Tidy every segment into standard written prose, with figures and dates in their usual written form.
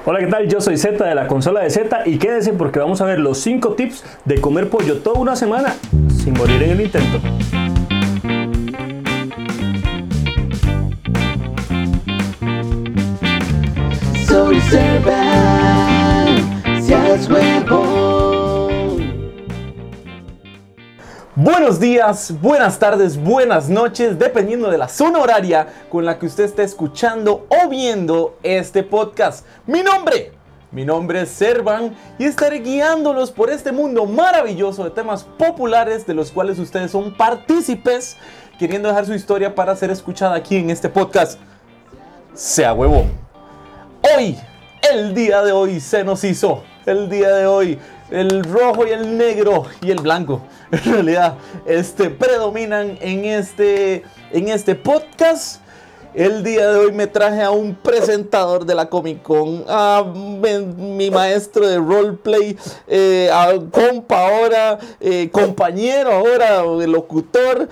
Hola, ¿qué tal? Yo soy Z de la consola de Z y quédense porque vamos a ver los 5 tips de comer pollo toda una semana sin morir en el intento. Soy Servan, seas huevón. Buenos días, buenas tardes, buenas noches, dependiendo de la zona horaria con la que usted esté escuchando o viendo este podcast. Mi nombre es Servan y estaré guiándolos por este mundo maravilloso de temas populares de los cuales ustedes son partícipes, queriendo dejar su historia para ser escuchada aquí en este podcast. Sea huevón. Hoy, el día de hoy se nos hizo. El día de hoy, el rojo y el negro y el blanco, en realidad, predominan en este podcast. El día de hoy me traje a un presentador de la Comic Con, a mi maestro de roleplay, a compa ahora, compañero ahora, locutor,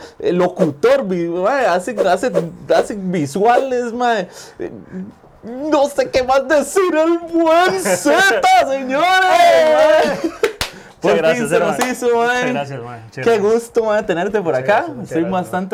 hace visuales, mae. No sé qué más decir, el buen Z, señores. Por fin se nos hizo, man. Muchas gracias, man. Qué gusto, man, tenerte por acá. Estoy gracias,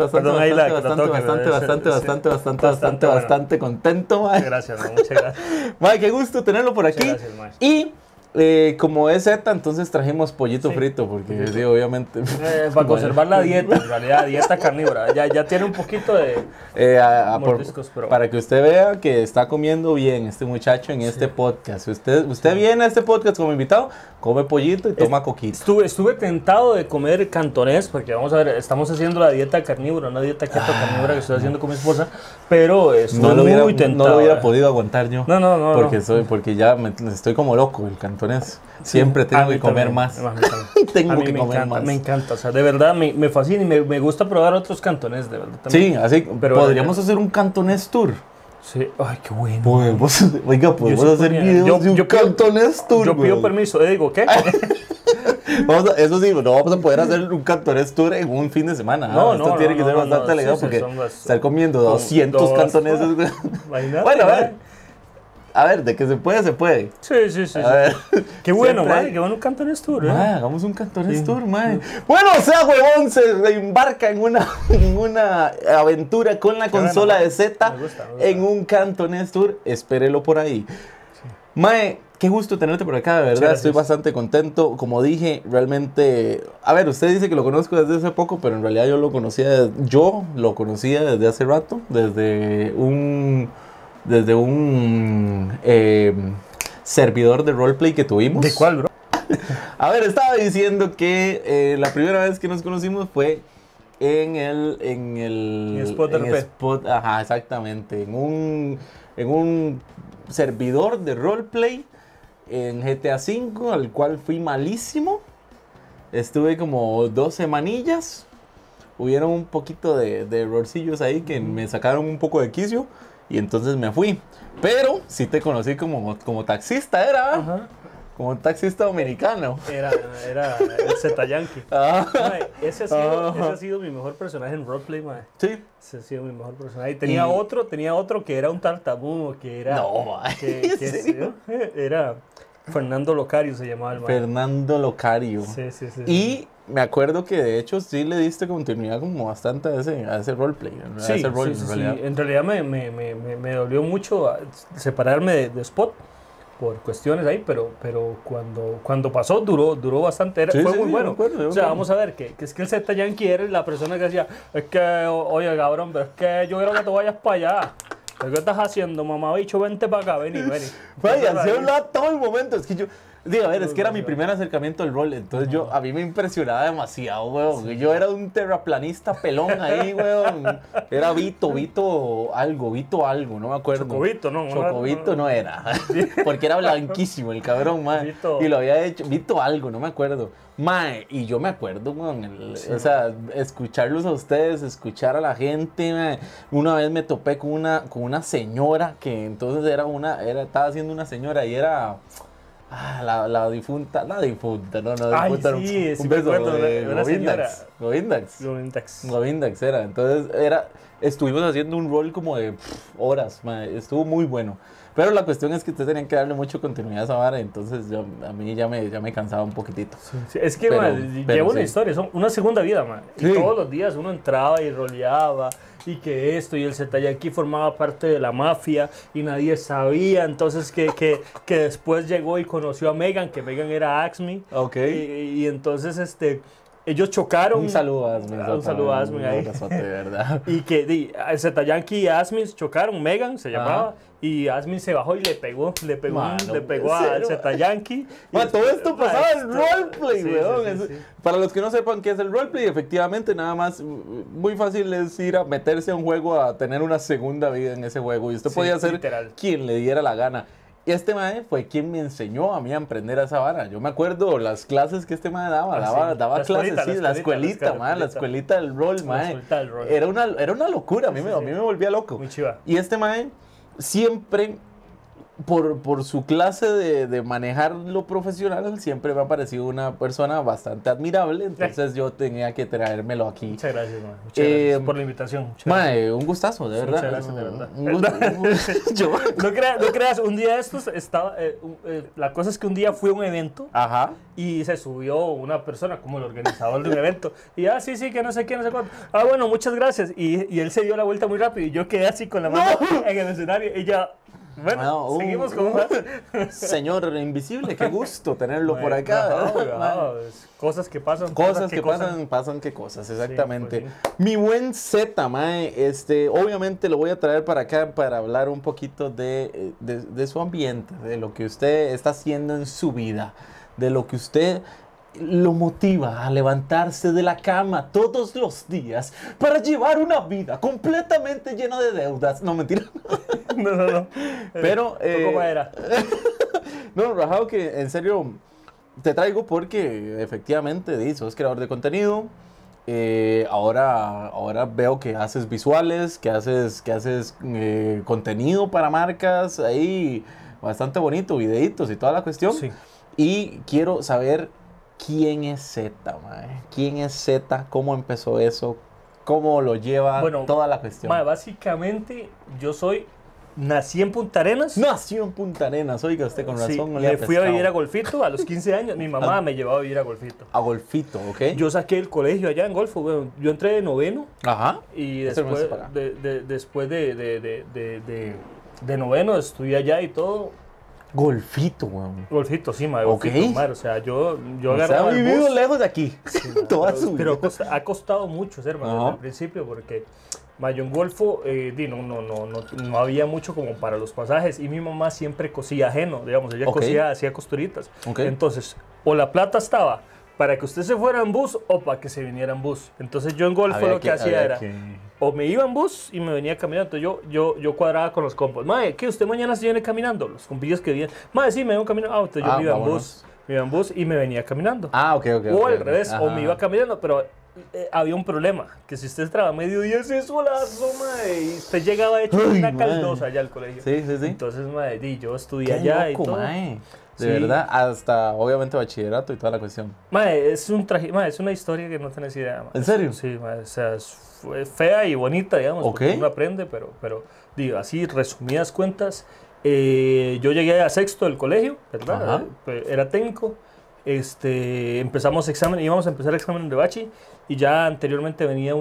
bastante contento, man. Gracias, man. Muchas gracias. Man, qué gusto tenerlo por aquí. Muchas gracias, man. Y como es Z, entonces trajimos pollito frito, porque sí, obviamente. Para conservar la dieta, en realidad, dieta carnívora. Ya tiene un poquito de mordiscos, pero... Para que usted vea que está comiendo bien este muchacho en este podcast. Usted viene a este podcast como invitado, come pollito y toma coquito. Estuve tentado de comer cantonés, porque vamos a ver, estamos haciendo la dieta carnívora, una dieta keto carnívora que estoy haciendo con mi esposa, pero estoy muy tentado. No lo hubiera podido aguantar yo. No. Porque ya estoy como loco el cantonés. Siempre tengo que comer más. Tengo que comer más. Me encanta, o sea, de verdad me fascina y me gusta probar otros cantonés, de verdad. También. Sí, así podríamos hacer un cantonés tour. Sí, ay, qué bueno. Podemos hacer videos de un cantonés tour. Yo pido permiso, digo, ¿qué? Eso sí, no vamos a poder hacer un cantonés tour en un fin de semana. Esto tiene que ser bastante legal porque estar comiendo 200 cantoneses. Bueno, a ver, de que se puede, se puede. Sí. Qué bueno, man. Qué bueno un cantonés tour, hagamos un cantonés tour, man. Bueno, o sea, huevón, se embarca en una aventura con la consola de Z. Me gusta. En un cantonés tour. Espérelo por ahí. Sí. Mae, qué gusto tenerte por acá, de verdad. Gracias. Estoy bastante contento. Como dije, realmente... A ver, usted dice que lo conozco desde hace poco, pero en realidad yo lo conocía desde hace rato. Desde un servidor de roleplay que tuvimos. ¿De cuál, bro? A ver, estaba diciendo que la primera vez que nos conocimos fue en el Spot, ajá, exactamente, en un servidor de roleplay en GTA V, al cual fui malísimo. Estuve como 2 semanillas. Hubieron un poquito de errorcillos ahí que me sacaron un poco de quicio. Y entonces me fui. Pero sí te conocí como taxista, ¿era? Ajá. Como un taxista dominicano. Era el Z Yankee. Ese ha sido mi mejor personaje en roleplay, mae. Sí. Ese ha sido mi mejor personaje. Tenía otro que era un tartamudo, que era... No, mae. ¿En serio? Era Fernando Locario, se llamaba el mae. Fernando Locario. Sí. Y me acuerdo que de hecho sí le diste continuidad como bastante a ese roleplay. Sí. En realidad me dolió mucho separarme de Spot por cuestiones ahí, pero cuando pasó duró bastante, fue muy bueno. O sea, vamos a ver, que es que el Z Yankee era la persona que decía, es que, oye cabrón, pero es que yo quiero que te vayas para allá. ¿Qué estás haciendo, mamá bicho? Vente para acá, vení. Vaya, se hablaba todo el momento, es que yo... Digo, a ver, es que era mi primer acercamiento al rol, entonces a mí me impresionaba demasiado, weón. Sí. Yo era un terraplanista pelón ahí, weón. Era Vito algo, no me acuerdo. Chocovito no era, porque era blanquísimo el cabrón, mae. Y lo había hecho, Vito algo, no me acuerdo. Mae, y yo me acuerdo, weón, o sea, escucharlos a ustedes, escuchar a la gente, mae. Una vez me topé con una señora que entonces estaba haciendo una señora y era... la difunta, no, ay, sí, un beso, Govindax era, entonces estuvimos haciendo un rol como de horas, estuvo muy bueno, Pero la cuestión es que ustedes tenían que darle mucho continuidad a esa vara, entonces a mí ya me cansaba un poquitito. Sí, es que, lleva una historia, son una segunda vida, man. Y Sí. todos los días uno entraba y roleaba, y que esto, y el Zetayaki formaba parte de la mafia, y nadie sabía. Entonces que después llegó y conoció a Megan, que Megan era Axmi. Ok. Y entonces, ellos chocaron. Un saludo a Asmin. Un saludo a Asmin ahí. Un abrazote, de verdad. Y que el Zetayaki y Asmin chocaron, Megan se llamaba, y Asmin se bajó y le pegó Mano, al Zetayaki. Todo esto pasaba en roleplay, sí, weón. sí, sí. Para los que no sepan qué es el roleplay, efectivamente, nada más, muy fácil es ir a meterse a un juego, a tener una segunda vida en ese juego. Y usted Sí, podía ser literal. quien le diera la gana. Y este mae fue quien me enseñó a mí a emprender a esa vara. Yo me acuerdo las clases que este mae daba. Ah, sí. Daba La clases, escuelita, sí, la la escuelita, mae, la escuelita del rol, mae. escuelita del rol. Era una locura, a mí Sí, me volvía loco. Muy chiva. Y este mae siempre, por su clase de manejar lo profesional, siempre me ha parecido una persona bastante admirable. Entonces yo tenía que traérmelo aquí. Muchas gracias, man. Muchas gracias por la invitación. Muchas gracias. Mae, un gustazo, de verdad. Muchas gracias, de verdad. Yo- No creas, un día de estos estaba. La cosa es que un día fui a un evento Ajá. y se subió una persona como el organizador de un evento. Y sí, que no sé qué, no sé cuánto. Ah, bueno, muchas gracias. Y él se dio la vuelta muy rápido y yo quedé así con la mano en el escenario. Y ya, bueno, seguimos con más. Señor invisible, qué gusto tenerlo por acá. Cosas que pasan. Cosas que pasan qué cosas, exactamente. pues Mi buen Z, mae, obviamente lo voy a traer para acá para hablar un poquito de su ambiente, de lo que usted está haciendo en su vida, de lo que usted lo motiva a levantarse de la cama todos los días para llevar una vida completamente llena de deudas. No, mentira. No. Pero, Tocó madera. no, rajado que en serio te traigo porque efectivamente sos creador de contenido. Ahora veo que haces visuales, que haces contenido para marcas, ahí bastante bonito, videitos y toda la cuestión. Sí. Y quiero saber quién es Z, mae. ¿Quién es Z? ¿Cómo empezó eso? ¿Cómo lo lleva toda la cuestión? Mae, básicamente nací en Punta Arenas. Nació en Punta Arenas, oiga usted con razón. Sí, olía me fui a pescado. vivir a Golfito a los 15 años. Mi mamá me llevaba a vivir a Golfito. A Golfito, ¿ok? Yo saqué el colegio allá en Golfo. Bueno, yo entré de noveno Ajá. y Ese no después, es para acá. después de noveno estudié allá y todo. Golfito, weón. Golfito, sí, madre. Ok. Golfito, madre. O sea, yo O sea, ha agarraba el vivido bus. lejos de aquí. Toda su vida. Pero ha costado mucho ser, man, Ajá. desde el principio, porque yo en Golfo no había mucho como para los pasajes y mi mamá siempre cosía ajeno, digamos, ella Ok. hacía costuritas. Ok. Entonces, o la plata estaba para que usted se fuera en bus o para que se viniera en bus. Entonces yo en Golfo Había lo que hacía había era, o me iba en bus y me venía caminando. Entonces yo cuadraba con los compas. Mae, ¿qué? ¿Usted mañana se viene caminando? Los compillos que vienen. Mae, sí, me vengo caminando. Ah, entonces yo me iba en bus. Me iba en bus y me venía caminando. Ah, ok. O al ok. revés, o Ajá. me iba caminando, pero había un problema, que si usted entraba a mediodía ese solazo, mae, y usted llegaba hecho Ay, una mae. caldosa allá al colegio. Sí. Entonces, mae, yo estudié Qué allá loco, y todo. mae. De Sí. verdad, hasta obviamente bachillerato y toda la cuestión. Mae, es una historia que no tenés idea, mae. ¿En serio? Sí, mae, o sea, fue fea y bonita, digamos, Ok. porque uno aprende, pero digo, así, resumidas cuentas, yo llegué a sexto del colegio, ¿verdad? Ajá. Era técnico. Íbamos a empezar examen de bachi y ya anteriormente venía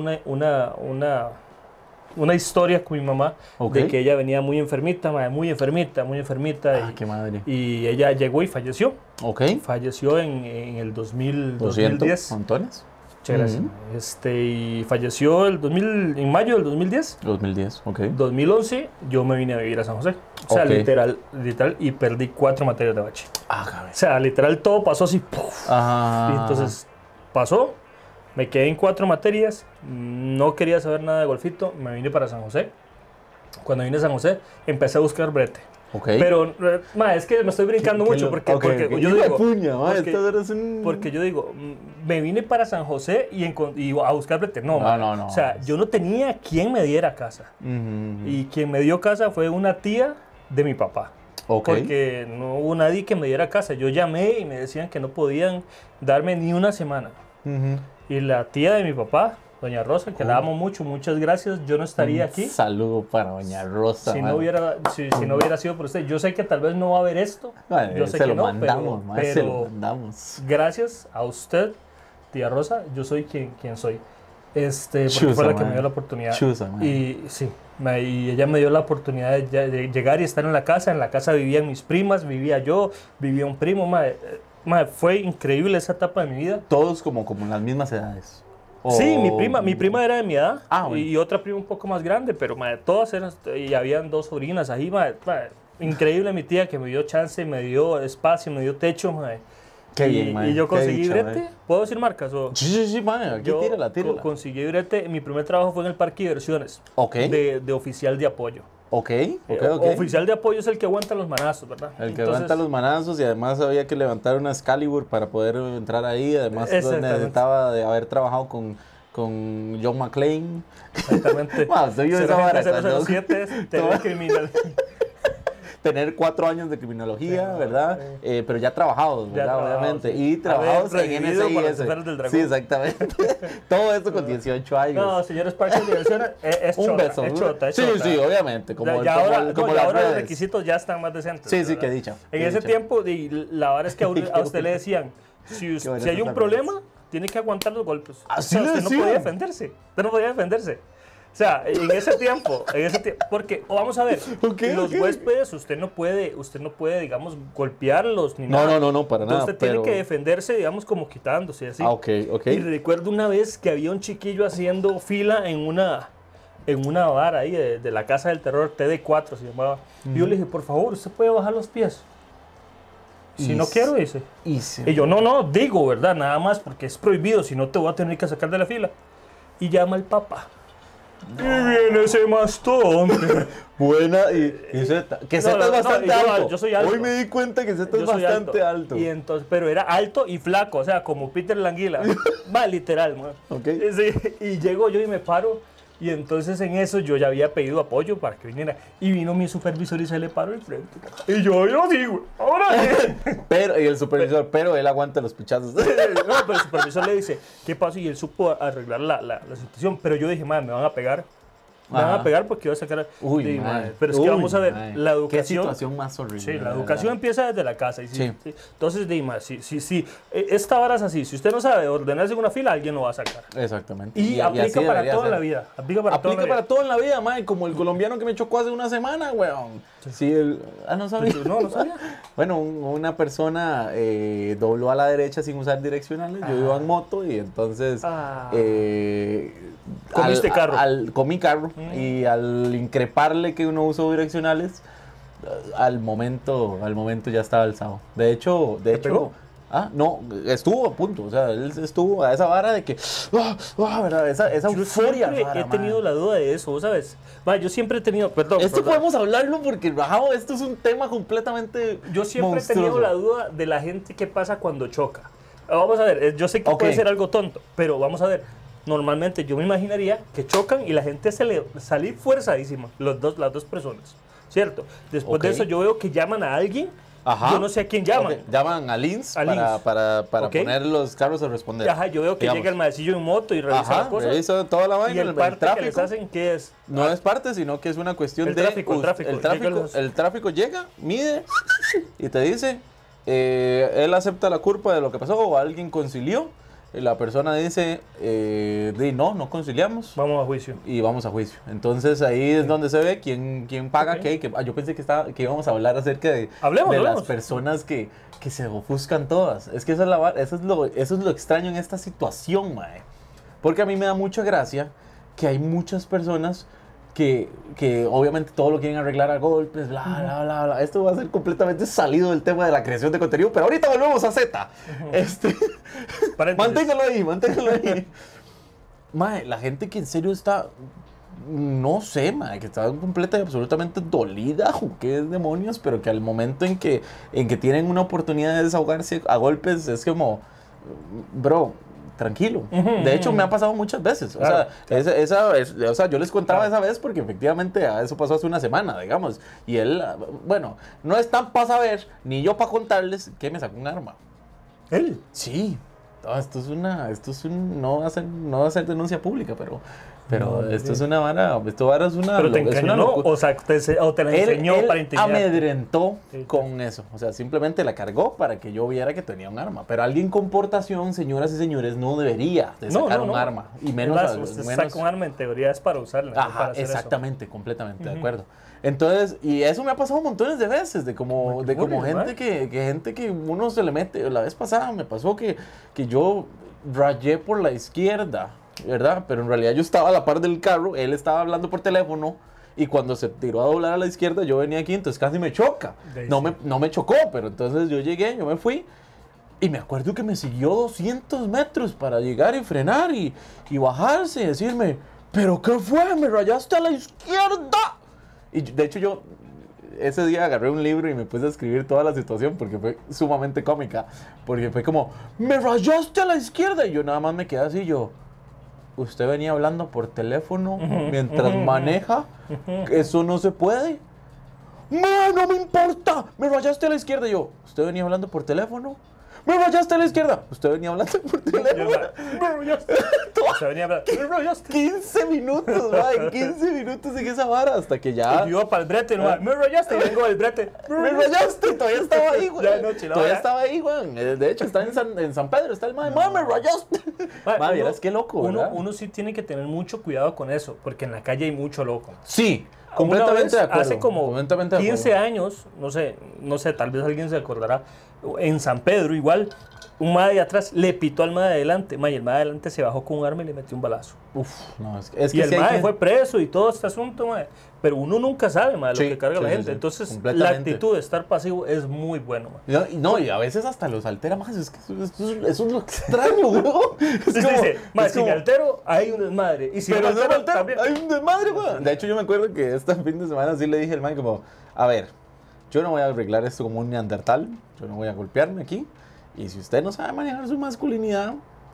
una historia con mi mamá Ok. de que ella venía muy enfermita, mae, muy enfermita Ah, qué madre. y ella llegó y falleció. Ok. Falleció en el 200 2010. montones. Muchas gracias. Ujú. Y falleció en mayo del 2010. 2010, ok. 2011 yo me vine a vivir a San José. O sea, Ok. literal, y perdí 4 materias de bache. Ah, O cabrón. sea, literal todo pasó así. ¡puf! Ajá. Y entonces pasó, me quedé en 4 materias, no quería saber nada de Golfito, me vine para San José. Cuando vine a San José, empecé a buscar brete. Ok. Pero, es que me estoy brincando mucho porque, Ok, porque ok. yo Hijo de digo... puña, ma, porque- esto eres un... Porque yo digo, me vine para San José y a buscar brete. No, No. O sea, yo no tenía quien me diera casa. Ujú. Y quien me dio casa fue una tía de mi papá. Ok. Porque no hubo nadie que me diera casa. Yo llamé y me decían que no podían darme ni una semana. Ujú. Y la tía de mi papá Doña Rosa, que la amo mucho, muchas gracias. Yo no estaría aquí. Saludo para Doña Rosa. Si no hubiera sido por usted. Yo sé que tal vez no va a haber esto. Yo sé que no, pero se lo mandamos. Gracias a usted, tía Rosa, yo soy quien soy. Porque Chusa, fue la que man. me dio la oportunidad. Chusa, man. Y sí, y ella me dio la oportunidad de llegar y estar en la casa. En la casa vivían mis primas, vivía yo, vivía un primo. Fue increíble esa etapa de mi vida. Todos como en las mismas edades. Sí, mi prima era de mi edad. Bueno. Y otra prima un poco más grande, pero todas eran, y habían 2 sobrinas ahí. Increíble mi tía que me dio chance, me dio espacio, me dio techo. Qué bien, man. Y yo Qué conseguí dicha, brete. man. ¿Puedo decir marcas? O? Sí, man. Aquí Yo tírala. conseguí brete. Mi primer trabajo fue en el parque de diversiones. Ok. De oficial de apoyo. Ok. Oficial de apoyo es el que aguanta los manazos, ¿verdad? El que levanta los manazos y además había que levantar una Excalibur para poder entrar ahí. Además necesitaba de haber trabajado con John McClane. Exactamente. Soy yo esa vara. 007, tener criminal. Tener 4 años de criminología, sí, ¿verdad? Pero ya trabajados, ¿verdad? Obviamente. Sí. Y trabajados en NSIS. Del sí, exactamente. Todo eso con 18 años. No, señores parques de diversiones, es un chota, beso. Es chota. Sí, obviamente. Ahora los requisitos ya están más decentes. Sí, qué dicha. En ese tiempo, la verdad es que a usted le decían, si hay un problema, tiene que aguantar los golpes. Usted no podía defenderse. Usted no podía defenderse. O sea, en ese tiempo, porque, vamos a ver, los huéspedes, usted no puede, digamos, golpearlos ni nada. No, para nada. Usted tiene que defenderse, digamos, como quitándose, así. Ok. Y recuerdo una vez que había un chiquillo haciendo fila en una bar ahí de la Casa del Terror, TD4 se llamaba. Y yo le dije, por favor, ¿usted puede bajar los pies? Si no quiero, dice. Y yo, no, digo, ¿verdad? Nada más porque es prohibido, si no te voy a tener que sacar de la fila. Y llama el papá. No. Y viene ese mastón. Buena, y Z. Que Z es bastante alto. Yo soy alto. Hoy me di cuenta que Z es bastante alto. Y entonces, pero era alto y flaco, o sea, como Peter Languila. Literal, man. Okay. Sí, y llego yo y me paro. Y entonces en eso yo ya había pedido apoyo para que viniera. Y vino mi supervisor y se le paró enfrente. Y yo digo, ahora y el supervisor, pero él aguanta los pichazos. No, pero el supervisor le dice, ¿qué pasó? Y él supo arreglar la situación. Pero yo dije, madre, me van a pegar. Me van a pegar porque voy a sacar... pero es que vamos a ver, la educación... Qué situación más horrible. Sí, la educación empieza desde la casa. Sí. Entonces, sí. Esta vara es así. Si usted no sabe ordenarse en una fila, alguien lo va a sacar. Exactamente. Y aplica para toda la vida. Aplica para toda la vida, man. Como el colombiano que me chocó hace una semana, weón. Sí, no sabía. No sabía. Bueno, una persona dobló a la derecha sin usar direccionales. Yo iba en moto y entonces... ¿Comiste carro? Comí carro y al increparle que uno usó direccionales, al momento ya estaba alzado. De hecho, no, estuvo a punto, o sea, él estuvo a esa vara de que, ¿verdad? Esa euforia. Yo he tenido la duda de eso, ¿sabes? Yo siempre he tenido, perdón. Podemos hablarlo porque, esto es un tema completamente Yo siempre monstruoso. he tenido la duda de la gente que pasa cuando choca. Vamos a ver, yo sé que puede ser algo tonto, pero vamos a ver. Normalmente yo me imaginaría que chocan y la gente sale forzadísima, las dos personas, ¿cierto? Después de eso yo veo que llaman a alguien, yo no sé a quién llaman. Llaman a Lins para poner los carros a responder. Yo veo que llega el maecillo en moto y revisa la cosa. Revisa toda la vaina. Y el parte que les hacen, ¿qué es? No es parte, sino que es una cuestión el tráfico. El tráfico llega, mide y te dice, él acepta la culpa de lo que pasó o alguien concilió. La persona dice, no conciliamos. Vamos a juicio. Y vamos a juicio. Entonces ahí es donde se ve quién paga qué. Yo pensé que íbamos a hablar acerca de las personas que se ofuscan todas. Es que eso es lo extraño en esta situación, mae. Porque a mí me da mucha gracia que hay muchas personas que obviamente todo lo quieren arreglar a golpes, bla. Esto va a ser completamente salido del tema de la creación de contenido, pero ahorita volvemos a Z. Manténgalo ahí. Mae, la gente que en serio está, no sé, mae, que está completa y absolutamente dolida, o qué demonios, pero que al momento en que tienen una oportunidad de desahogarse a golpes, es como, bro, tranquilo. De hecho, me ha pasado muchas veces. Claro, o sea, yo les contaba esa vez porque efectivamente eso pasó hace una semana, digamos. Y él, bueno, no es tan para saber, ni yo para contarles que me sacó un arma. ¿Él? Sí. no, no va a ser denuncia pública, pero esto es una vara, esto es una... Pero te engañó, o sea, te la enseñó para intimidar. Amedrentó con eso, o sea, simplemente la cargó para que yo viera que tenía un arma, pero alguien con portación, señoras y señores, no debería de sacar un arma, y menos... Usted saca un arma en teoría es para usarla. Ajá, para hacer exactamente, completamente, de acuerdo. Entonces, y eso me ha pasado montones de veces, de como gente que uno se le mete. La vez pasada me pasó que yo rayé por la izquierda, ¿verdad? Pero en realidad yo estaba a la par del carro, él estaba hablando por teléfono, y cuando se tiró a doblar a la izquierda, yo venía aquí, entonces casi me choca. No me chocó, pero entonces yo llegué, yo me fui, y me acuerdo que me siguió 200 metros para llegar y frenar y bajarse y decirme, ¿pero qué fue? ¿Me rayaste a la izquierda? Y de hecho yo ese día agarré un libro y me puse a escribir toda la situación porque fue sumamente cómica. Porque fue como, ¡me rayaste a la izquierda! Y yo nada más me quedé así, ¿usted venía hablando por teléfono mientras maneja? ¿Eso no se puede? ¡No me importa! ¡Me rayaste a la izquierda! Y yo, ¿usted venía hablando por teléfono? ¡Me rayaste a la izquierda! ¿Usted venía hablando por teléfono? ¡Me rayaste! Se venía hablando. ¡Me rayaste! 15 minutos, man, 15 minutos en esa vara hasta que ya... Y yo para el brete, ¿no? ¡Me rayaste! Y vengo del brete. ¡Me rayaste! Todavía estaba ahí, güey. Ya Todavía estaba ahí, güey. De hecho, está en San Pedro, está el man. ¡Me rayaste! Man, vieras qué loco, ¿verdad? Uno sí tiene que tener mucho cuidado con eso, porque en la calle hay mucho loco. Sí. Completamente de acuerdo. Hace como 15 años, no sé, tal vez alguien se acordará, en San Pedro igual, un mae de atrás le pitó al mae de adelante, y el mae de adelante se bajó con un arma y le metió un balazo. No, es que y el mae fue preso y todo este asunto, mae. Pero uno nunca sabe, mae, lo que carga la gente. Sí. Entonces, la actitud de estar pasivo es muy bueno, mae. Y a veces hasta los altera más. Es que eso es lo extraño, bro. Si me altero, hay un desmadre. Y si pero no me altero, también hay un desmadre, güey. De hecho, yo me acuerdo que este fin de semana sí le dije al man como, a ver, yo no voy a arreglar esto como un neandertal, yo no voy a golpearme aquí. Y si usted no sabe manejar su masculinidad,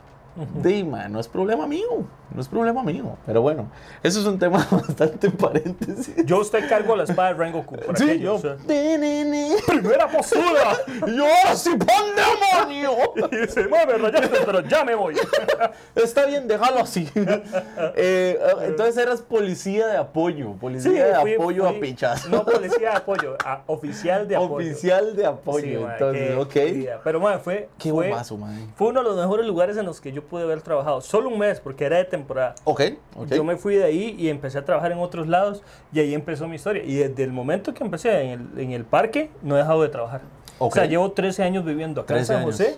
no es problema mío. No es problema mío. Pero bueno, eso es un tema bastante paréntesis. Yo usted cargo la espada de Rengoku. Sí, yo. Primera postura. Y ahora sí, ¡pon demonio! Y dice, me rayaste, pero ya me voy. Está bien, déjalo así. Entonces eras policía de apoyo. Policía de apoyo a pichas. No, policía de apoyo. Oficial de apoyo. Oficial de apoyo. Sí, entonces, ok. Pero, man, fue uno de los mejores lugares en los que yo pude haber trabajado. Solo un mes, porque era de temporada. Ok. Yo me fui de ahí y empecé a trabajar en otros lados y ahí empezó mi historia. Y desde el momento que empecé en el parque, no he dejado de trabajar. O sea, llevo 13 años viviendo acá en San José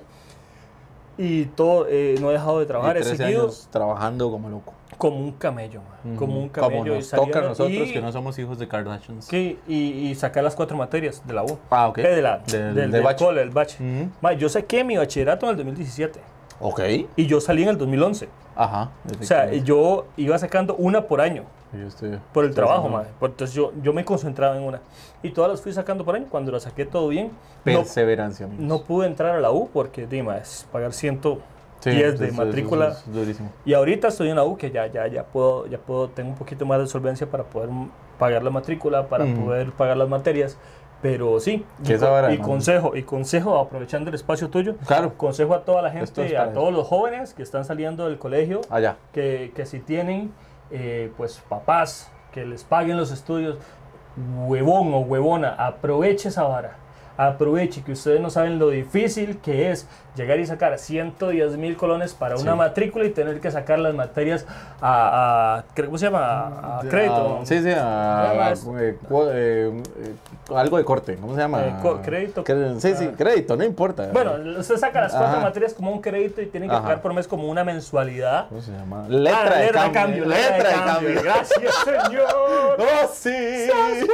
y todo, no he dejado de trabajar. Y 13 años trabajando como loco. Como un camello, como un camello. Como nos toca a nosotros que no somos hijos de Kardashians. Sí, y saqué las 4 materias de la U. Ah, ok. Del cole, del bache. Yo saqué mi bachillerato en el 2017. Ok. Y yo salí en el 2011. Ajá. O sea, yo iba sacando una por año. Por el trabajo, madre. Entonces yo me concentraba en una. Y todas las fui sacando por año. Cuando las saqué todo bien. Perseverancia, amigos. No pude entrar a la U porque, es pagar 110 de matrícula. Eso es durísimo. Y ahorita estoy en la U que ya puedo, tengo un poquito más de solvencia para poder pagar la matrícula, para poder pagar las materias. Pero sí, consejo, aprovechando el espacio tuyo, claro, consejo a toda la gente, a todos los jóvenes que están saliendo del colegio, que si tienen pues papás que les paguen los estudios, huevón o huevona, aproveche esa vara. Aproveche que ustedes no saben lo difícil que es llegar y sacar 110,000 colones para una matrícula y tener que sacar las materias ¿cómo se llama? A crédito. Algo de corte, ¿cómo se llama? Crédito. Crédito, no importa. Bueno, usted saca las 4 materias como un crédito y tiene que pagar por mes como una mensualidad. ¿Cómo se llama? Letra de cambio. Gracias, señor. ¡Oh, sí!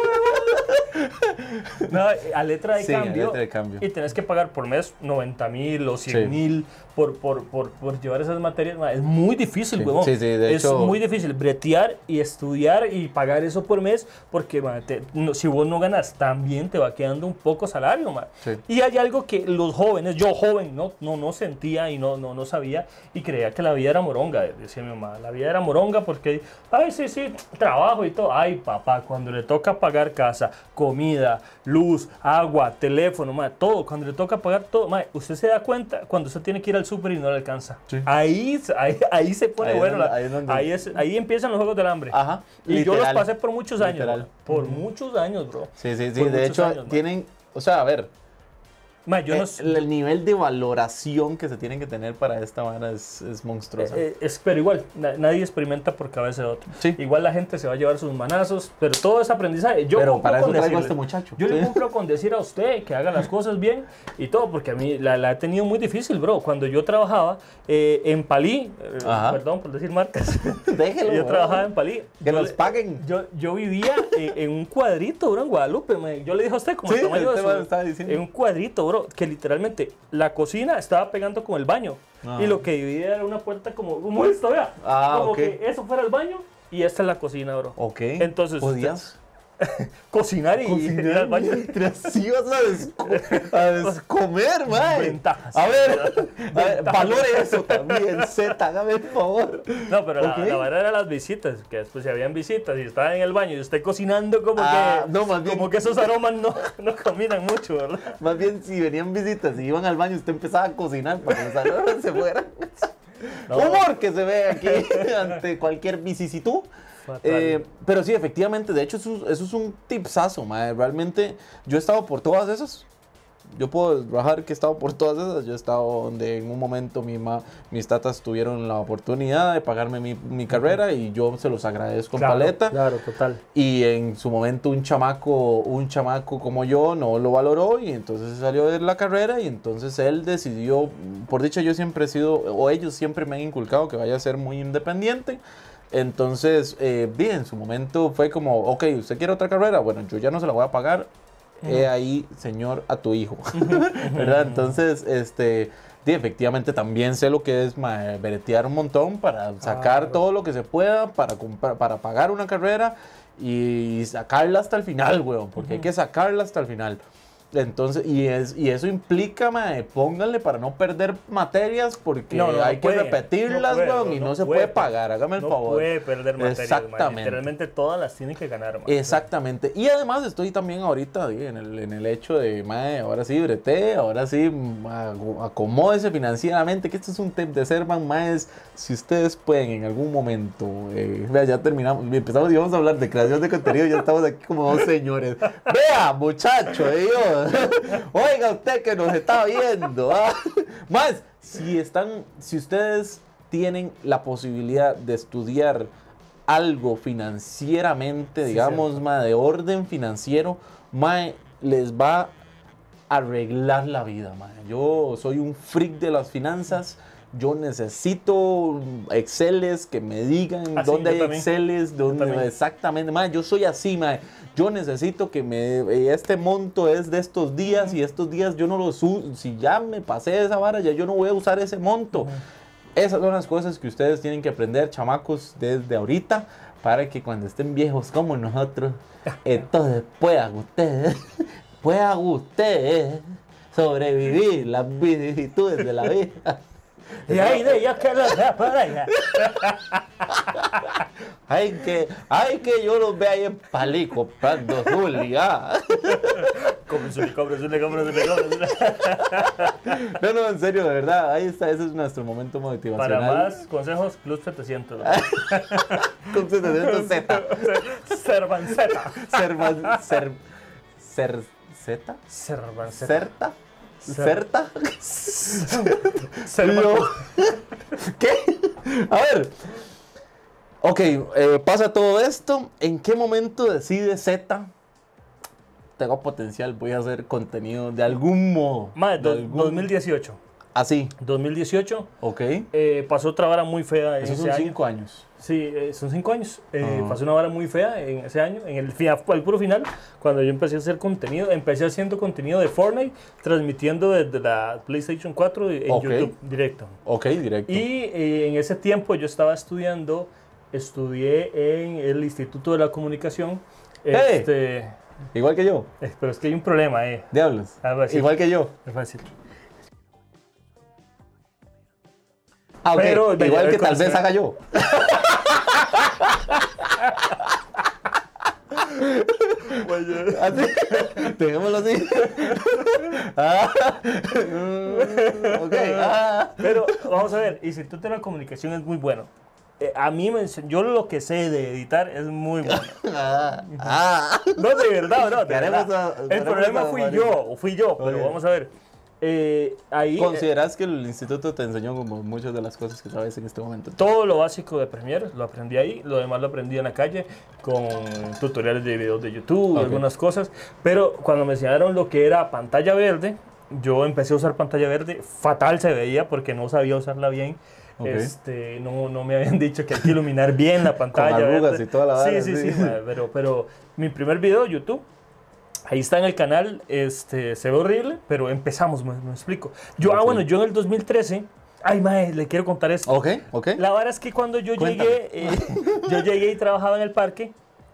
No, a letra de cambio. Y tenés que pagar por mes 90,000 o 100,000 por llevar esas materias. Es muy difícil, huevón. De hecho, es muy difícil bretear y estudiar y pagar eso por mes porque si vos no ganas tan bien te va quedando un poco salario, man. Y hay algo que los jóvenes, yo joven, no sentía y no sabía y creía que la vida era moronga. Decía mi mamá, la vida era moronga porque, sí, trabajo y todo. Ay, papá, cuando le toca pagar casa, comida, luz, agua, teléfono, mae, todo. Cuando le toca pagar todo, mae, usted se da cuenta cuando usted tiene que ir al súper y no le alcanza. Sí. Ahí se pone ahí bueno. Ahí empiezan los juegos del hambre. Ajá. Y literal, yo los pasé por muchos años. literal. Por muchos años, bro. Sí. De hecho, años, tienen, o sea, a ver. Man, el nivel de valoración que se tienen que tener para esta vara es monstruoso. Pero igual, nadie experimenta por cabeza de otro. Sí. Igual la gente se va a llevar sus manazos, pero todo es aprendizaje. Pero para eso traigo a este muchacho. Yo le cumplo con decir a usted que haga las cosas bien y todo, porque a mí la he tenido muy difícil, bro. Cuando yo trabajaba en Palí, perdón por decir marcas, déjelo. Yo trabajaba en Palí. Que nos paguen. Yo vivía en un cuadrito, bro, en Guadalupe. Yo le dije a usted, como el tamaño de su, en un cuadrito, bro, que literalmente la cocina estaba pegando con el baño y lo que dividía era una puerta como esto, vea, como que eso fuera el baño y esta es la cocina, bro. Ok. Entonces, ¿podías cocinar y ir al baño? Mientras ibas a descomer, mae. Ventajas. A ver, valore eso también, Z, hágame el favor. No, pero la verdad era las visitas, que después si habían visitas y estaba en el baño y usted cocinando como que esos aromas no combinan mucho, ¿verdad? Más bien si venían visitas y iban al baño, usted empezaba a cocinar para que los aromas se fueran. Humor que se ve aquí ante cualquier vicisitud. Pero sí, efectivamente, de hecho eso es un tipsazo, madre. Realmente yo he estado por todas esas. Yo puedo rajar que he estado por todas esas. Yo he estado donde en un momento mis tatas tuvieron la oportunidad de pagarme mi carrera y yo se los agradezco en paleta. Claro, total. Y en su momento un chamaco como yo no lo valoró y entonces salió de la carrera y entonces él decidió, por dicha yo siempre he sido, o ellos siempre me han inculcado que vaya a ser muy independiente. Entonces, bien, en su momento fue como, ok, ¿usted quiere otra carrera? Bueno, yo ya no se la voy a pagar. He ahí, señor, a tu hijo. ¿Verdad? Entonces, efectivamente también sé lo que es bretear un montón para sacar todo lo que se pueda, para pagar una carrera y sacarla hasta el final, weón, porque hay que sacarla hasta el final. Entonces, y eso implica, pónganle para no perder materias porque hay que repetirlas, weón, y no se puede pagar, hágame el favor. No puede perder materias, exactamente. Literalmente todas las tienen que ganar, Exactamente. Y además estoy también ahorita en el hecho de, ahora sí brete, ahora sí acomódese financieramente, que esto es un tip de Servan, si ustedes pueden en algún momento, ya terminamos, empezamos y vamos a hablar de creación de contenido, ya estamos aquí como dos señores. Vea, muchacho, Dios. Oiga usted que nos está viendo. Más, si ustedes tienen la posibilidad de estudiar algo financieramente, digamos, de orden financiero, les va a arreglar la vida. Yo soy un freak de las finanzas. Yo necesito Exceles que me digan dónde hay Exceles, dónde exactamente. Yo soy así, yo necesito que este monto es de estos días y estos días yo no los uso. Si ya me pasé de esa vara, ya yo no voy a usar ese monto. Esas son las cosas que ustedes tienen que aprender, chamacos, desde ahorita, para que cuando estén viejos como nosotros, entonces puedan ustedes sobrevivir las vicisitudes de la vida. Y ahí de ella que los vea por allá. Hay que yo los vea ahí en Palí comprando Zulia. Cómprensule. No, en serio, de verdad, ahí está, ese es nuestro momento motivacional. Para más consejos, Club 700. Club 700 Z. Servan Z. ¿Zeta? Servan Z. ¿Certa? ¿Certa? ¿Qué? A ver. Ok, pasa todo esto. ¿En qué momento decide Z? Tengo potencial, voy a hacer contenido de algún modo. 2018. Así. 2018. Ok. Pasó otra vara muy fea en ese ese año. 5 años. Sí, son 5 años. Pasó una vara muy fea en ese año, en el puro final, cuando yo empecé a hacer contenido. Empecé haciendo contenido de Fortnite, transmitiendo desde la PlayStation 4 en YouTube, directo. Ok, directo. Y en ese tiempo yo estaba estudié en el Instituto de la Comunicación. Igual que yo. Pero es que hay un problema, Diablos. Igual que yo. Es fácil. Ah, ok. Pero, igual que tal vez haga yo. Así, dejémoslo así. Ok. Pero vamos a ver, Instituto de la Comunicación es muy bueno. A mí, yo lo que sé de editar es muy bueno. No, de verdad, no. De verdad. El problema fui yo, pero Ok. vamos a ver. Ahí ¿Consideras que el instituto te enseñó como muchas de las cosas que sabes en este momento? todo lo básico de Premiere lo aprendí ahí, lo demás lo aprendí en la calle con tutoriales de videos de YouTube, Ok. algunas cosas, pero cuando me enseñaron lo que era pantalla verde, yo empecé a usar pantalla verde, fatal se veía porque no sabía usarla bien. Ok. No me habían dicho que hay que iluminar bien la pantalla Con arrugas verde. y toda la vara, Sí, sí. madre, pero mi primer video de YouTube, ahí está en el canal, se ve horrible, pero empezamos, me explico. Yo Ok. yo en el 2013, ay, mae, le quiero contar esto. Ok, ok. La verdad es que cuando yo Cuéntame. llegué, yo llegué y trabajaba en el parque,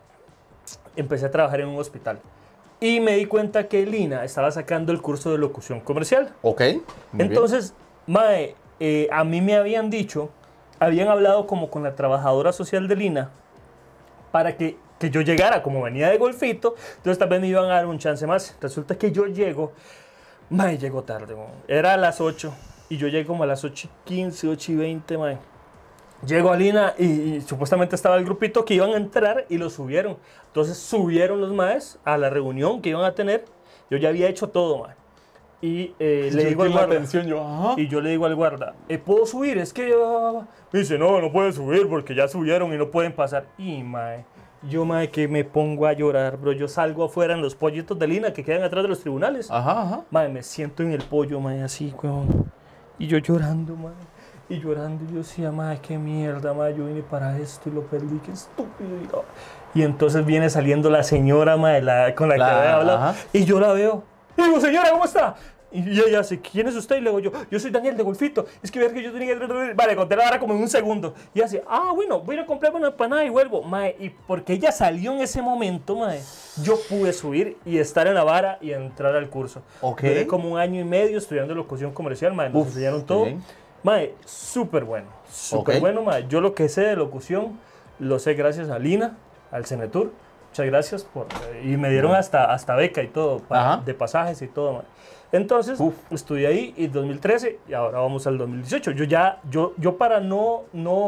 empecé a trabajar en un hospital. Y me di cuenta que Lina estaba sacando el curso de locución comercial. Ok. muy Entonces, mae, a mí me habían dicho, habían hablado como con la trabajadora social de Lina para que yo llegara, como venía de golfito, entonces tal vez me iban a dar un chance más. Resulta que yo llego, mae, llego tarde, mae. Era a las 8 y yo llego como a las 8:15, 8:20, mae. Llego a Lina y supuestamente estaba el grupito que iban a entrar y lo subieron. Entonces subieron los maes a la reunión que iban a tener. Yo ya había hecho todo, mae. Y bien. le digo al guarda, atención, yo, ajá. y yo le digo al guarda, ¿puedo subir? Es que... Me dice, no puedes subir porque ya subieron y no pueden pasar. Y, mae, yo, mae, que me pongo a llorar, bro. Yo salgo afuera en los pollitos de Lina que quedan atrás de los tribunales. Ajá, ajá. Mae, me siento en el pollo, mae, así, weón. Y yo llorando, mae. Y llorando, y yo decía, mae, qué mierda, mae. Yo vine para esto y lo perdí, qué estúpido. Y entonces viene saliendo la señora, mae, con la que había hablado. Ajá. Y yo la veo. Y digo, señora, ¿cómo está? Y ella dice, ¿quién es usted? Y le digo yo soy Daniel de Golfito. Es que ver que yo tenía que... Vale, conté la vara como en un segundo. Y ella dice, bueno, voy a ir a comprarme una empanada y vuelvo. Mae, y porque ella salió en ese momento, mae, yo pude subir y estar en la vara y entrar al curso. Ok. Duré como 1 año y medio estudiando locución comercial, mae, nos Uf, enseñaron qué todo. bien. Mae, súper bueno, súper Ok. bueno, mae. Yo lo que sé de locución, lo sé gracias a Lina, al Cenetur. Muchas gracias y me dieron hasta beca y todo, Ajá. de pasajes y todo, mae. Entonces, Uf. estudié ahí y 2013 y ahora vamos al 2018. Yo para no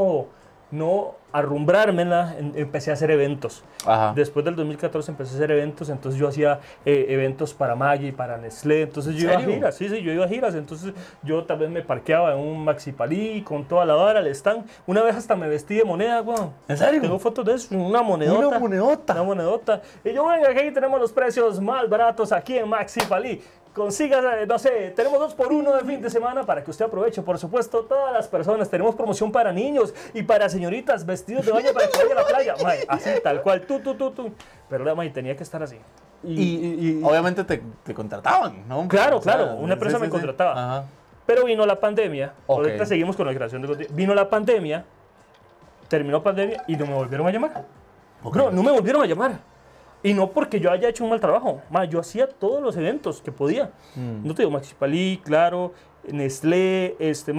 arrumbrármela, empecé a hacer eventos. Ajá. Después del 2014 empecé a hacer eventos, entonces yo hacía eventos para Maggi, para Nestlé, entonces yo iba a serio? giras, sí, yo iba a giras, entonces yo tal vez me parqueaba en un Maxi Palí con toda la vara, el stand. Una vez hasta me vestí de moneda, weón. ¿En serio? Tengo fotos de eso, una monedota. Una monedota. Una monedota. Y yo, venga, aquí tenemos los precios más baratos aquí en Maxi Palí. Consiga, no sé, tenemos 2x1 de fin de semana para que usted aproveche, por supuesto, todas las personas. Tenemos promoción para niños y para señoritas vestidos de baño para que vayan a la playa. May, así, tal cual, tú. Pero la May tenía que estar así. Y obviamente te contrataban, ¿no? Claro, O sea, claro, una empresa me contrataba. Ajá. Pero vino la pandemia. Ok. Ahorita seguimos con la creación de contenido. Vino la pandemia, terminó pandemia y no me volvieron a llamar. Ok. Bro, no me volvieron a llamar. Y no porque yo haya hecho un mal trabajo. Yo hacía todos los eventos que podía. No te digo, Maxi Palí, claro, Nestlé,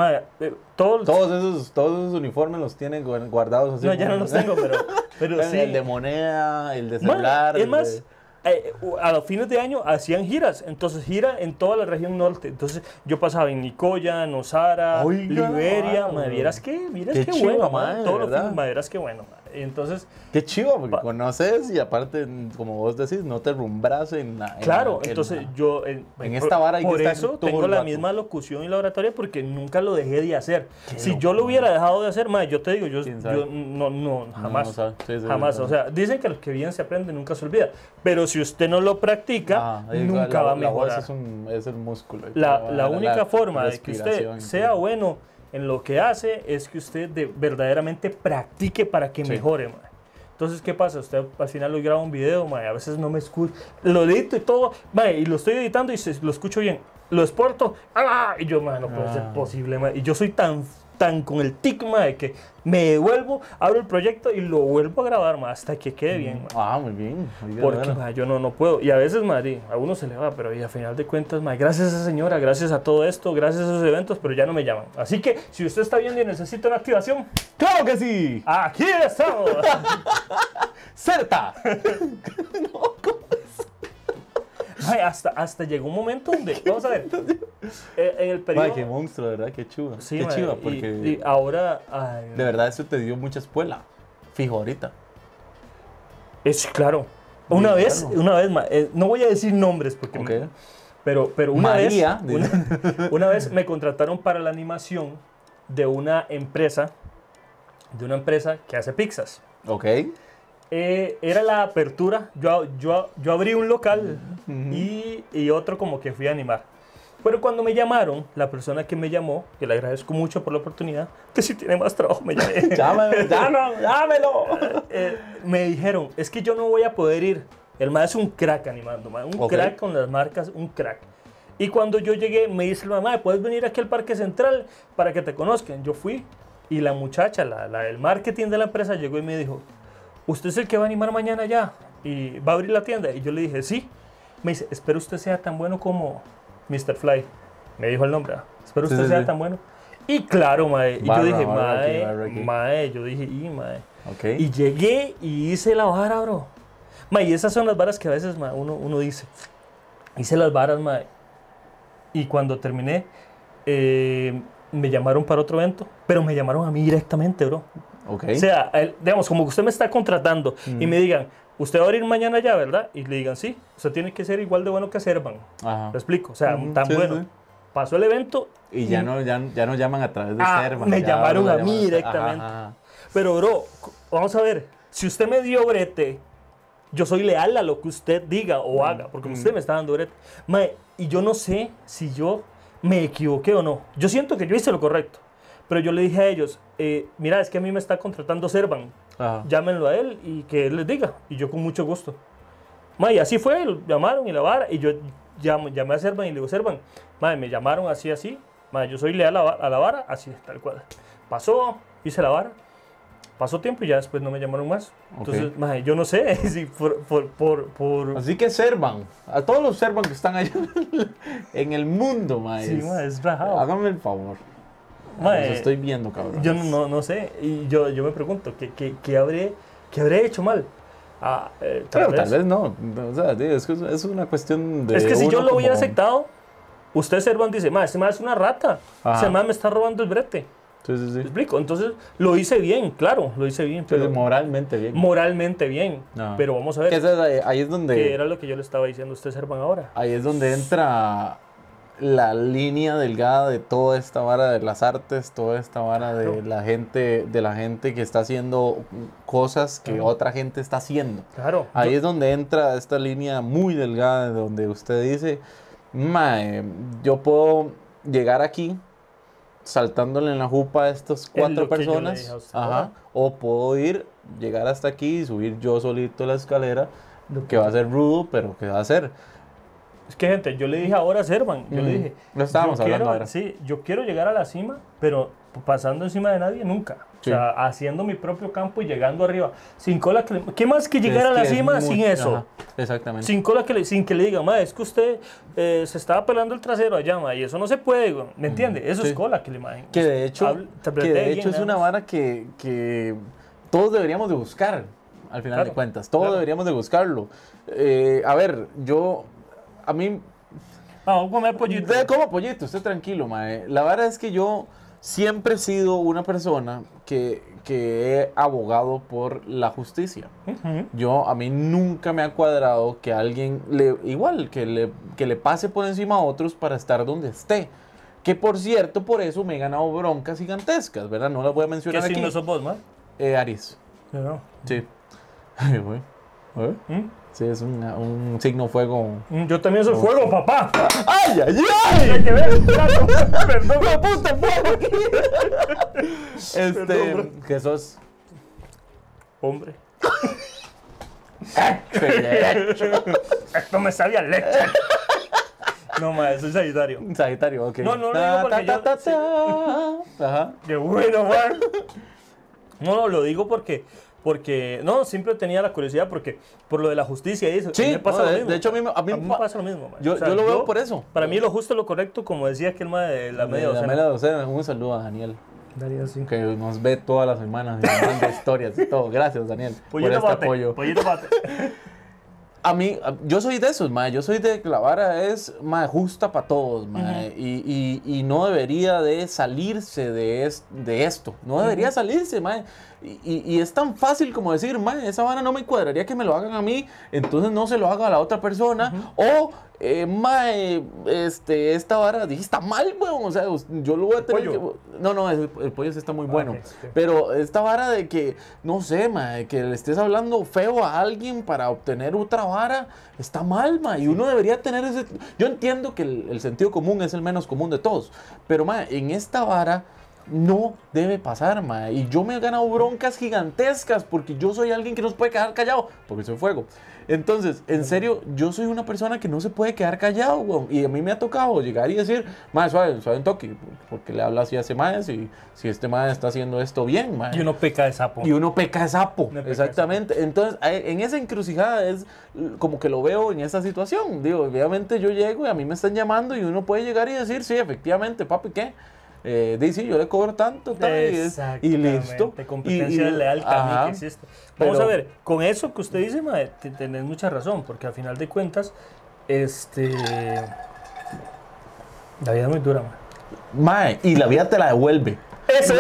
Todos esos uniformes los tienen guardados así. No, ya no los tengo, pero sí. El de moneda, el de Ma, celular. es el más, de- a los fines de año hacían giras, entonces gira en toda la región norte. Entonces yo pasaba en Nicoya, Nosara, Oiga, Liberia, mano. vieras Qué qué chiva, bueno, mae, man. Todos los ¿verdad? fines, vieras qué bueno, man. Entonces, Qué chivo, porque Pa- conoces y aparte, como vos decís, no te rumbras en la. claro, en entonces la- yo en esta vara hay que por estar eso todo tengo el la rato. misma locución y la oratoria porque nunca lo dejé de hacer. Si loco, yo lo hubiera dejado de hacer, mae, yo te digo, ¿Quién sabe? yo no, jamás. no sabe. Sí, sí, jamás. sí. O sea, dicen que lo que bien se aprende nunca se olvida. Pero si usted no lo practica, nunca va a La voz mejorar. es el músculo. La única forma de que usted respiración, sea sí. bueno en lo que hace es que usted verdaderamente practique para que Sí. mejore, mae. Entonces, ¿qué pasa? Usted al final lo graba un video, mae, a veces no me escucha, lo edito y todo, mae, y lo estoy editando y lo escucho bien. Lo exporto, y yo, mae, no puede ser posible, mae. Y yo soy tan con el tic, mae, que me devuelvo, abro el proyecto y lo vuelvo a grabar, mae, hasta que quede bien, mae. Muy bien. Muy bien, Porque bueno. mae, yo no puedo. Y a veces, madre, a uno se le va, pero y a final de cuentas, mae, gracias a esa señora, gracias a todo esto, gracias a esos eventos, pero ya no me llaman. Así que, si usted está viendo y necesita una activación, ¡Claro que sí! aquí estamos. Certa. Mae, hasta llegó un momento donde, vamos a ver, en el periodo... Mae, qué monstruo, de verdad, qué chiva. Sí, qué mae, chiva, porque y ahora... ay, de verdad eso te dio mucha escuela. Fijo ahorita. es claro. Una Sí, vez, claro. mae, no voy a decir nombres porque... Ok. Pero una María, vez, una vez me contrataron para la animación de una empresa que hace pizzas. Ok. Era la apertura, yo abrí un local y otro como que fui a animar. Pero cuando me llamaron, la persona que me llamó, que le agradezco mucho por la oportunidad, que si tiene más trabajo me llame. Llámelo. Me dijeron, es que yo no voy a poder ir. El mae es un crack animando, mae, un crack con las marcas, un crack. Y cuando yo llegué, me dice el mamá, ¿puedes venir aquí al Parque Central para que te conozcan? Yo fui y la muchacha, el marketing de la empresa, llegó y me dijo, ¿usted es el que va a animar mañana ya? ¿Y va a abrir la tienda? Y yo le dije, sí. Me dice, espero usted sea tan bueno como Mr. Fly. Me dijo el nombre. Espero usted sea tan bueno. Y claro, mae. Y yo dije, mae. Yo dije, mae. Okay. Y llegué y hice la vara, bro. Mae, y esas son las varas que a veces, mae, uno dice. Hice las varas, mae. Y cuando terminé, me llamaron para otro evento. Pero me llamaron a mí directamente, bro. Okay. O sea, digamos, como que usted me está contratando y me digan, usted va a abrir mañana ya, ¿verdad? Y le digan, sí, usted tiene que ser igual de bueno que Servan. Ajá. ¿Lo explico? O sea, tan sí, bueno. Sí. Pasó el evento. Y ya no llaman a través de Servan. Me ya llamaron ahora a mí directamente. Ajá. Pero, bro, vamos a ver. Si usted me dio brete, yo soy leal a lo que usted diga o haga, porque usted me está dando brete. Mae, y yo no sé si yo me equivoqué o no. Yo siento que yo hice lo correcto. Pero yo le dije a ellos, mira, es que a mí me está contratando Servan. Ajá. Llámenlo a él y que él les diga. Y yo con mucho gusto. Mae, y así fue, lo llamaron y la vara. Y yo llamé a Servan y le digo, Servan, mae, me llamaron así. Mae, yo soy leal a la vara, así, tal cual. Pasó, hice la vara. Pasó tiempo y ya después no me llamaron más. Okay. Entonces, mae, yo no sé si por... Así que Servan, a todos los Servan que están allá en el mundo, mae. Sí, mae, es rajado. Háganme el favor. Mae, los estoy viendo, cabrón. Yo no sé. Y yo me pregunto, ¿qué habré hecho mal? Tal vez no. O sea, es una cuestión de... Es que si yo lo hubiera aceptado, usted, Servan, dice, mae, este mae es una rata. Ese mae me está robando el brete. Sí. ¿Me explico? Entonces, lo hice bien, claro, lo hice bien. Pero moralmente bien. Moralmente bien. No. Pero vamos a ver. Ahí es donde... Que era lo que yo le estaba diciendo a usted, Servan, ahora. Ahí es donde entra la línea delgada de toda esta vara de las artes, toda esta vara de la gente que está haciendo cosas que otra gente está haciendo. Claro. Ahí es donde entra esta línea muy delgada donde usted dice, mae, yo puedo llegar aquí saltándole en la jupa a estas 4 personas, o puedo llegar hasta aquí y subir yo solito la escalera, que va a ser rudo, pero que va a ser. Es que, gente, yo le dije ahora a Servan, yo le dije, lo estábamos hablando ahora. Sí, yo quiero llegar a la cima, pero pasando encima de nadie nunca. Sí. O sea, haciendo mi propio campo y llegando arriba. Sin cola que ¿qué más que llegar a la cima sin eso? Ajá, exactamente. Sin cola sin que le digan, ma, es que usted se estaba pelando el trasero allá, ma, y eso no se puede, ¿me entiende? Eso es cola que le imagino. Que de hecho, es una vara que todos deberíamos de buscar, al final de cuentas. Todos deberíamos de buscarlo. A ver, a mí... Vamos a comer pollito. Como pollito, usted tranquilo, mae. La verdad es que yo siempre he sido una persona que he abogado por la justicia. A mí nunca me ha cuadrado que alguien, que le pase por encima a otros para estar donde esté. Que por cierto, por eso me he ganado broncas gigantescas, ¿verdad? No las voy a mencionar aquí. ¿Qué signo sos vos, man? Aries. No. Sí. Sí, es un signo fuego. Yo también soy fuego, papá. ¡Ay, ay, ay! Hay que ver, perdón. ¡Me puta fuego aquí! ¿Qué sos? Hombre. Esto me sabía leche. No, ma, soy Sagitario. Sagitario, ok. No lo digo porque Ajá. Qué bueno, man. No, lo digo porque no, siempre tenía la curiosidad porque por lo de la justicia y eso. Sí, me pasa lo mismo. De hecho a mí me pasa lo mismo. Man. Yo lo veo por eso. Para mí lo justo, lo correcto, como decía aquel de la media docena. La media docena, un saludo a Daniel. Daniel, sí. Que nos ve todas las semanas y nos manda historias y todo. Gracias, Daniel, por este apoyo. Pollito mate. A mí, yo soy de esos, mae. Yo soy de que la vara es, mae, justa para todos, mae. Y no debería de salirse de esto. No debería salirse, mae. Y es tan fácil como decir, mae, esa vara no me cuadraría que me lo hagan a mí, entonces no se lo haga a la otra persona. O, mae, esta vara, dije, está mal, weón. O sea, yo lo voy a tener que... No, el pollo sí está muy bueno. Okay. Pero esta vara de que, no sé, mae, que le estés hablando feo a alguien para obtener otra vara, está mal, mae. Y uno debería tener ese... Yo entiendo que el sentido común es el menos común de todos. Pero, mae, en esta vara... no debe pasar, mae. Y yo me he ganado broncas gigantescas porque yo soy alguien que no se puede quedar callado porque soy fuego. Entonces, en serio, yo soy una persona que no se puede quedar callado, weón. Y a mí me ha tocado llegar y decir, mae, suave un toque, porque le habla así a ese mae, si este mae está haciendo esto bien, mae. Y uno peca de sapo. Exactamente. Entonces, en esa encrucijada es como que lo veo en esa situación. Digo, obviamente yo llego y a mí me están llamando y uno puede llegar y decir, sí, efectivamente, papi, ¿qué? Dice, yo le cobro tanto, tal, y listo. Competencia leal también que existe. Vamos a ver, con eso que usted dice, mae, tenés mucha razón, porque al final de cuentas, la vida es muy dura, mae. Mae, y la vida te la devuelve. Eso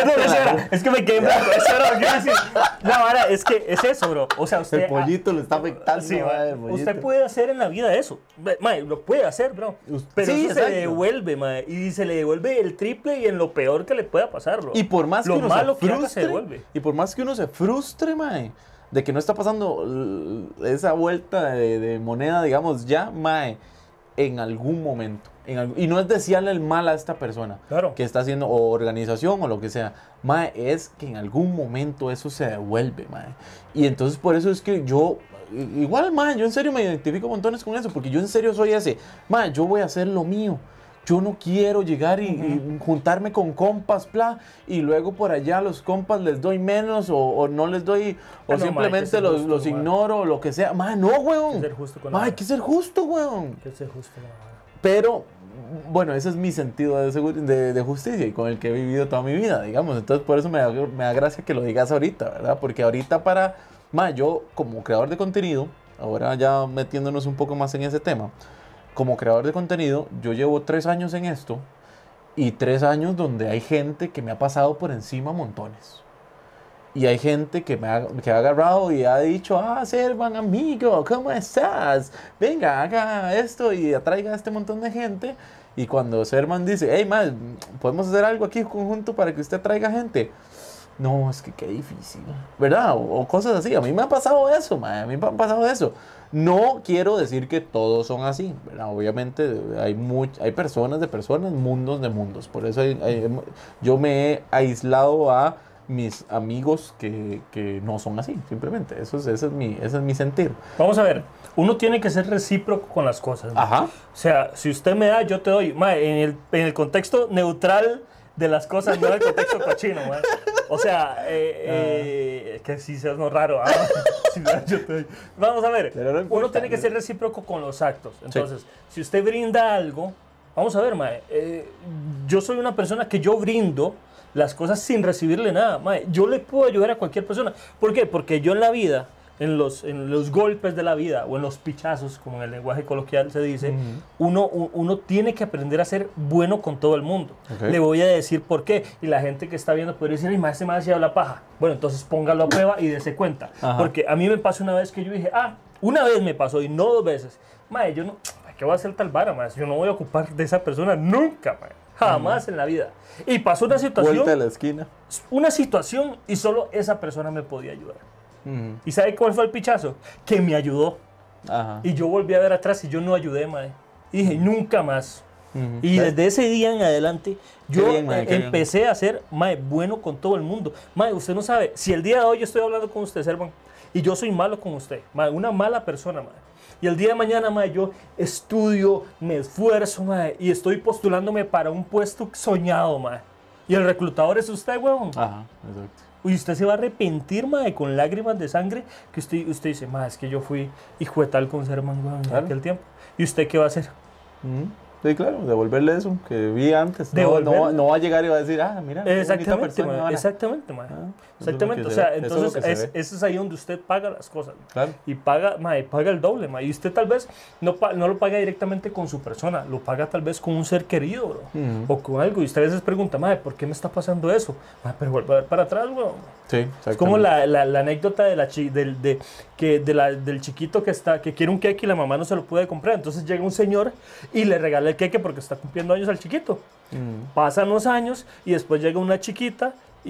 es que me quedé en blanco. Eso era lo que iba a decir. No, ahora, es que es eso, bro. O sea, usted... El pollito le está afectando. Sí, usted puede hacer en la vida eso. Mae, lo puede hacer, bro. Pero sí, eso se le devuelve, mae. Y se le devuelve el triple y en lo peor que le pueda pasar, bro. Y por más que uno se frustre, se devuelve. Y por más que uno se frustre, mae, de que no está pasando esa vuelta de moneda, digamos, ya, mae, en algún momento. Y no es desearle el mal a esta persona que está haciendo, o organización, o lo que sea. Mae, es que en algún momento eso se devuelve, mae. Y entonces por eso es que yo, igual, mae, yo en serio me identifico montones con eso, porque yo en serio soy ese. Mae, yo voy a hacer lo mío. Yo no quiero llegar y juntarme con compas, y luego por allá a los compas les doy menos o no les doy, o simplemente los ignoro, o lo que sea. Mae, no, weón. Hay que ser justo con hay que ser justo, weón. Hay que ser justo con la... Pero, bueno, ese es mi sentido de justicia y con el que he vivido toda mi vida, digamos. Entonces, por eso me da gracia que lo digas ahorita, ¿verdad? Porque ahorita yo como creador de contenido, ahora ya metiéndonos un poco más en ese tema, como creador de contenido, yo llevo 3 años en esto y 3 años donde hay gente que me ha pasado por encima montones. Y hay gente que ha agarrado y ha dicho, Servan, amigo, ¿cómo estás? Venga, haga esto y atraiga a este montón de gente. Y cuando Servan dice, hey, man, ¿podemos hacer algo aquí conjunto para que usted traiga gente? No, es que qué difícil, ¿verdad? O cosas así. A mí me ha pasado eso, man. A mí me ha pasado eso. No quiero decir que todos son así, ¿verdad? Obviamente hay personas de personas, mundos de mundos. Por eso yo me he aislado a mis amigos que no son así, simplemente. Ese es mi sentir. Vamos a ver, uno tiene que ser recíproco con las cosas, ¿no? Ajá. O sea, si usted me da, yo te doy. Mae, en el contexto neutral de las cosas, no en el contexto cochino, mae. O sea, que sí es no raro. Si me da, yo te doy. Vamos a ver, uno tiene que ser recíproco con los actos. Entonces, si usted brinda algo, vamos a ver, mae, yo soy una persona que yo brindo las cosas sin recibirle nada. Mae, yo le puedo ayudar a cualquier persona. ¿Por qué? Porque yo en la vida, en los golpes de la vida o en los pichazos, como en el lenguaje coloquial se dice, uno tiene que aprender a ser bueno con todo el mundo. Okay. Le voy a decir por qué. Y la gente que está viendo podría decir, ay, más se me ha la paja. Bueno, entonces póngalo a prueba y dése cuenta. Ajá. Porque a mí me pasó una vez que yo dije, una vez me pasó y no 2 veces. Mae, yo no, ¿qué voy a hacer tal vara, mae? Yo no voy a ocupar de esa persona nunca, mae. Jamás en la vida. Y pasó una situación. Vuelta a la esquina. Una situación y solo esa persona me podía ayudar. ¿Y sabe cuál fue el pichazo? Que me ayudó. Ajá. Y yo volví a ver atrás y yo no ayudé, mae. Y dije, nunca más. Y desde ese día en adelante, yo empecé a ser, mae, bueno con todo el mundo. Mae, usted no sabe, si el día de hoy yo estoy hablando con usted, Servan, y yo soy malo con usted, mae, una mala persona, mae. Y el día de mañana, mae, yo estudio, me esfuerzo, mae, y estoy postulándome para un puesto soñado, mae. Y el reclutador es usted, huevón. Ajá, exacto. Y usted se va a arrepentir, mae, con lágrimas de sangre, que usted dice, mae, es que yo fui hijo de tal con Servan, huevón, en aquel tiempo. ¿Y usted qué va a hacer? Sí, claro, devolverle eso que vi antes. No va a llegar y va a decir, mira, exactamente, exactamente, man. Exactamente, o sea, entonces eso es ahí donde usted paga las cosas. Claro. Y paga el doble, man. Y usted tal vez no lo paga directamente con su persona, lo paga tal vez con un ser querido, bro. O con algo. Y usted a veces pregunta, man, ¿por qué me está pasando eso? Pero vuelve a ver para atrás, bro. Sí, exactamente. Es como la anécdota del chiquito que quiere un queque y la mamá no se lo puede comprar. Entonces llega un señor y le regala el queque porque está cumpliendo años al chiquito. Pasan los años y después llega una chiquita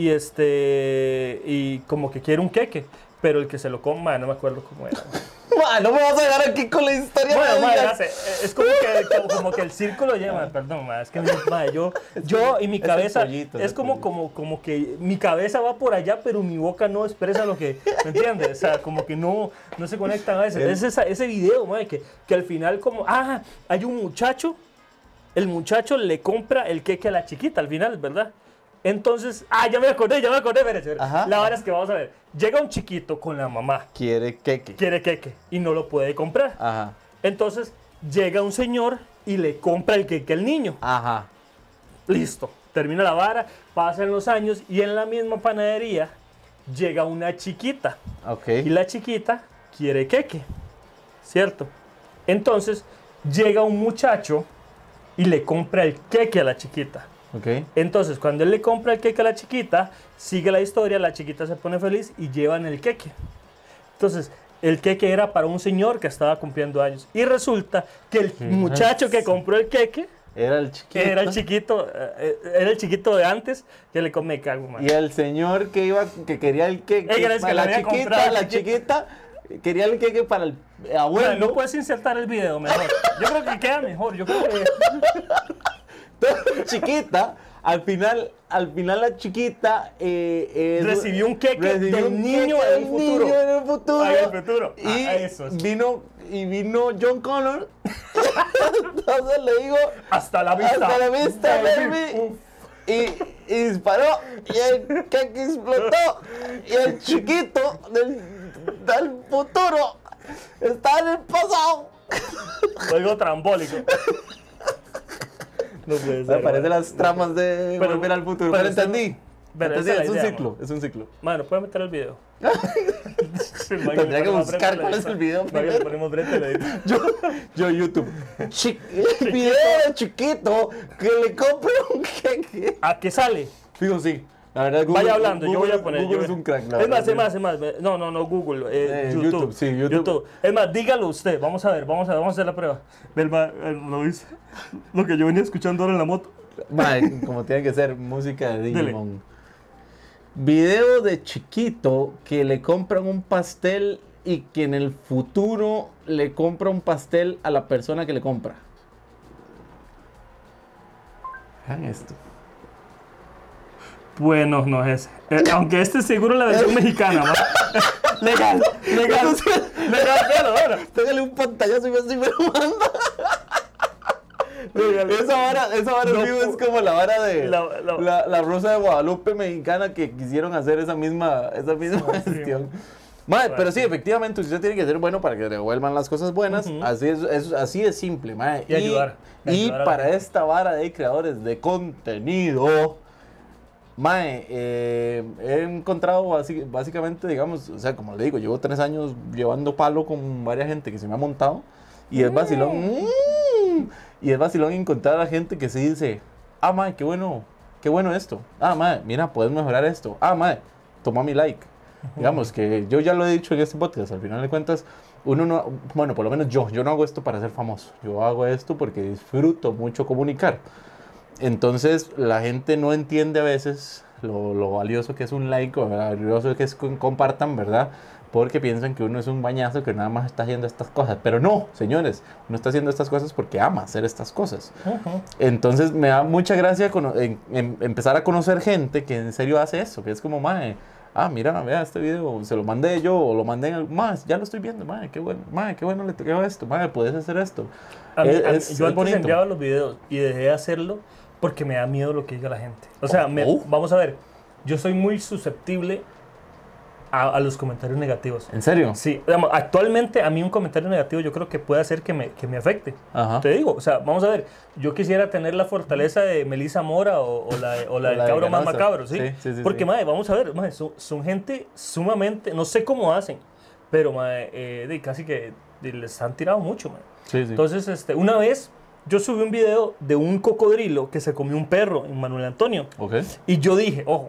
y como que quiere un queque, pero el que se lo coma, no me acuerdo cómo era. No me vas a dejar aquí con la historia. Bueno, es como que el círculo lleva, perdón, es que yo y mi cabeza es como que mi cabeza va por allá, pero mi boca no expresa lo que, ¿me entiendes? O sea, como que no se conectan a veces. Es ese video, que al final hay un muchacho, el muchacho le compra el queque a la chiquita al final, ¿verdad? Entonces, ya me acordé, espérate. La verdad es que vamos a ver. Llega un chiquito con la mamá. Quiere queque. Y no lo puede comprar. Ajá. Entonces, llega un señor y le compra el queque al niño. Ajá. Listo. Termina la vara, pasan los años y en la misma panadería llega una chiquita. Ok. Y la chiquita quiere queque. ¿Cierto? Entonces, llega un muchacho y le compra el queque a la chiquita. Okay. Entonces, cuando él le compra el queque a la chiquita, sigue la historia, la chiquita se pone feliz y llevan el queque. Entonces, el queque era para un señor que estaba cumpliendo años. Y resulta que el muchacho que compró el queque era el chiquito de antes que le come cago, man. Y el señor que quería el queque para la chiquita quería el queque para el abuelo. Bueno, no puedes insertar el video mejor. Yo creo que queda mejor. Yo creo que chiquita, al final la chiquita recibió un queque del niño en el futuro. En el futuro. Y vino John Connor. Entonces le digo, hasta la vista, baby. Y disparó y el queque explotó. Y el chiquito del futuro está en el pasado. Algo trambólico. No puede ser. Parece las tramas de Volver al Futuro. Pero entendí. Es un ciclo. Mano, ¿puedes meter el video? Tendría que buscar cuál es el video. Yo YouTube. Video de chiquito que le compre un queque. ¿A qué sale? Fijo, sí. La verdad, Google, vaya hablando, yo voy a poner. Google es un crack. Es más. No, Google. YouTube. Sí, YouTube. Es más, dígalo usted. Vamos a hacer la prueba. Lo dice. Lo que yo venía escuchando ahora en la moto. Como tiene que ser, música de Digimon. Video de chiquito que le compran un pastel y que en el futuro le compra un pastel a la persona que le compra. Vean esto. Bueno, no es ese. Aunque este es seguro la versión mexicana, ¿no? Legal. Ahora. Pégale un pantallazo y así me lo manda. Esa vara es como la vara de la Rosa de Guadalupe mexicana que quisieron hacer esa misma gestión. Madre, pero sí, efectivamente, usted tiene que ser bueno para que le devuelvan las cosas buenas. Así es simple, madre. Y ayudar. Y para esta vara de creadores de contenido, mae, he encontrado básicamente, digamos, o sea, como le digo, llevo 3 años llevando palo con varias gente que se me ha montado. Y es vacilón. Y es vacilón encontrar a gente que se dice, mae, qué bueno esto. Mae, mira, puedes mejorar esto. Mae, toma mi like. Digamos que yo ya lo he dicho en este podcast, al final de cuentas, uno no, bueno, por lo menos yo no hago esto para ser famoso. Yo hago esto porque disfruto mucho comunicar. Entonces, la gente no entiende a veces lo valioso que es un like, o lo valioso que es que compartan, ¿verdad? Porque piensan que uno es un bañazo que nada más está haciendo estas cosas. Pero no, señores, uno está haciendo estas cosas porque ama hacer estas cosas. Entonces, me da mucha gracia empezar a conocer gente que en serio hace eso, que es como, mae, mira, vea este video, se lo mandé yo, o lo mandé más, ya lo estoy viendo, mae, qué bueno le quedó esto, mae, puedes hacer esto. Yo antes enviaba los videos y dejé de hacerlo porque me da miedo lo que diga la gente. O sea, vamos a ver, yo soy muy susceptible a los comentarios negativos. ¿En serio? Sí, digamos, actualmente a mí un comentario negativo yo creo que puede hacer que me afecte. Ajá. Te digo, o sea, vamos a ver, yo quisiera tener la fortaleza de Melissa Mora o la del cabro más macabro, ¿sí? Porque, sí. madre, vamos a ver, madre, son gente sumamente, no sé cómo hacen, pero, madre, casi que les han tirado mucho, madre. Sí. Entonces, una vez yo subí un video de un cocodrilo que se comió un perro en Manuel Antonio. Ok. Y yo dije, ojo,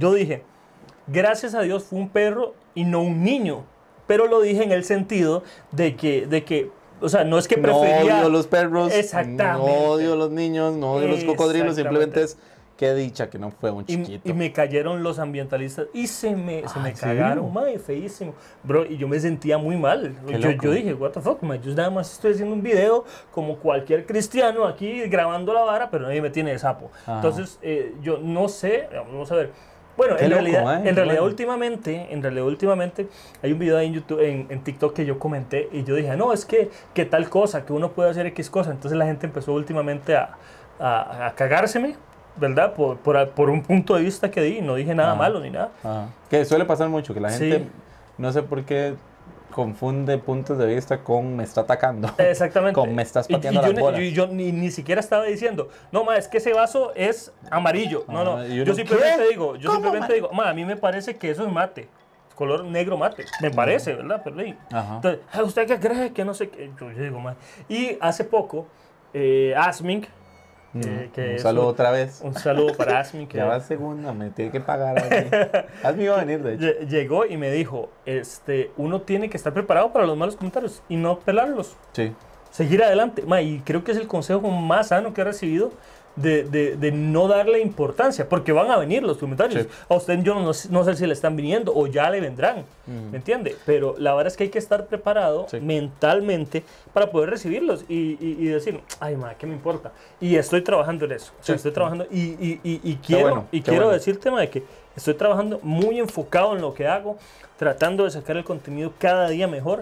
gracias a Dios fue un perro y no un niño. Pero lo dije en el sentido de que o sea, no es que prefería... No odio los perros, Exactamente. no odio los niños, no odio los cocodrilos, simplemente es qué dicha que no fue un chiquito. Y me cayeron los ambientalistas y se me cagaron, madre, feísimo. Bro, y yo me sentía muy mal. Yo dije, what the fuck, man, yo nada más estoy haciendo un video como cualquier cristiano aquí grabando la vara, pero nadie me tiene de sapo. Ajá. Entonces, yo no sé, vamos a ver. Bueno, en realidad últimamente hay un video ahí en YouTube, en TikTok que yo comenté y yo dije, no, es que tal cosa, que uno puede hacer X cosa. Entonces la gente empezó últimamente a cagárseme, ¿verdad? Por un punto de vista que di, no dije nada malo ni nada. Ajá. Que suele pasar mucho, que la gente, no sé por qué, confunde puntos de vista con me está atacando. Exactamente. Con me estás pateando las bolas. Yo ni siquiera estaba diciendo, no, ma, es que ese vaso es amarillo. No. Yo simplemente digo, ma, a mí me parece que eso es mate. Color negro mate. Me parece, ¿verdad? Pero, entonces, ¿usted qué cree? Que no sé qué. Yo digo, ma. Y hace poco, Asmink, un saludo otra vez. Un saludo para Asmin. Ya va segunda, me tiene que pagar. Asmin iba a venir, de hecho. Llegó y me dijo, uno tiene que estar preparado para los malos comentarios y no pelarlos. Sí. Seguir adelante. Y creo que es el consejo más sano que he recibido de no darle importancia, porque van a venir los comentarios. Sí. A usted yo no sé si le están viniendo o ya le vendrán, ¿me entiende? Pero la verdad es que hay que estar preparado mentalmente para poder recibirlos y decir, ay, ma, ¿qué me importa? Y estoy trabajando en eso. O sea, estoy trabajando y quiero decirte, ma, que estoy trabajando muy enfocado en lo que hago, tratando de sacar el contenido cada día mejor.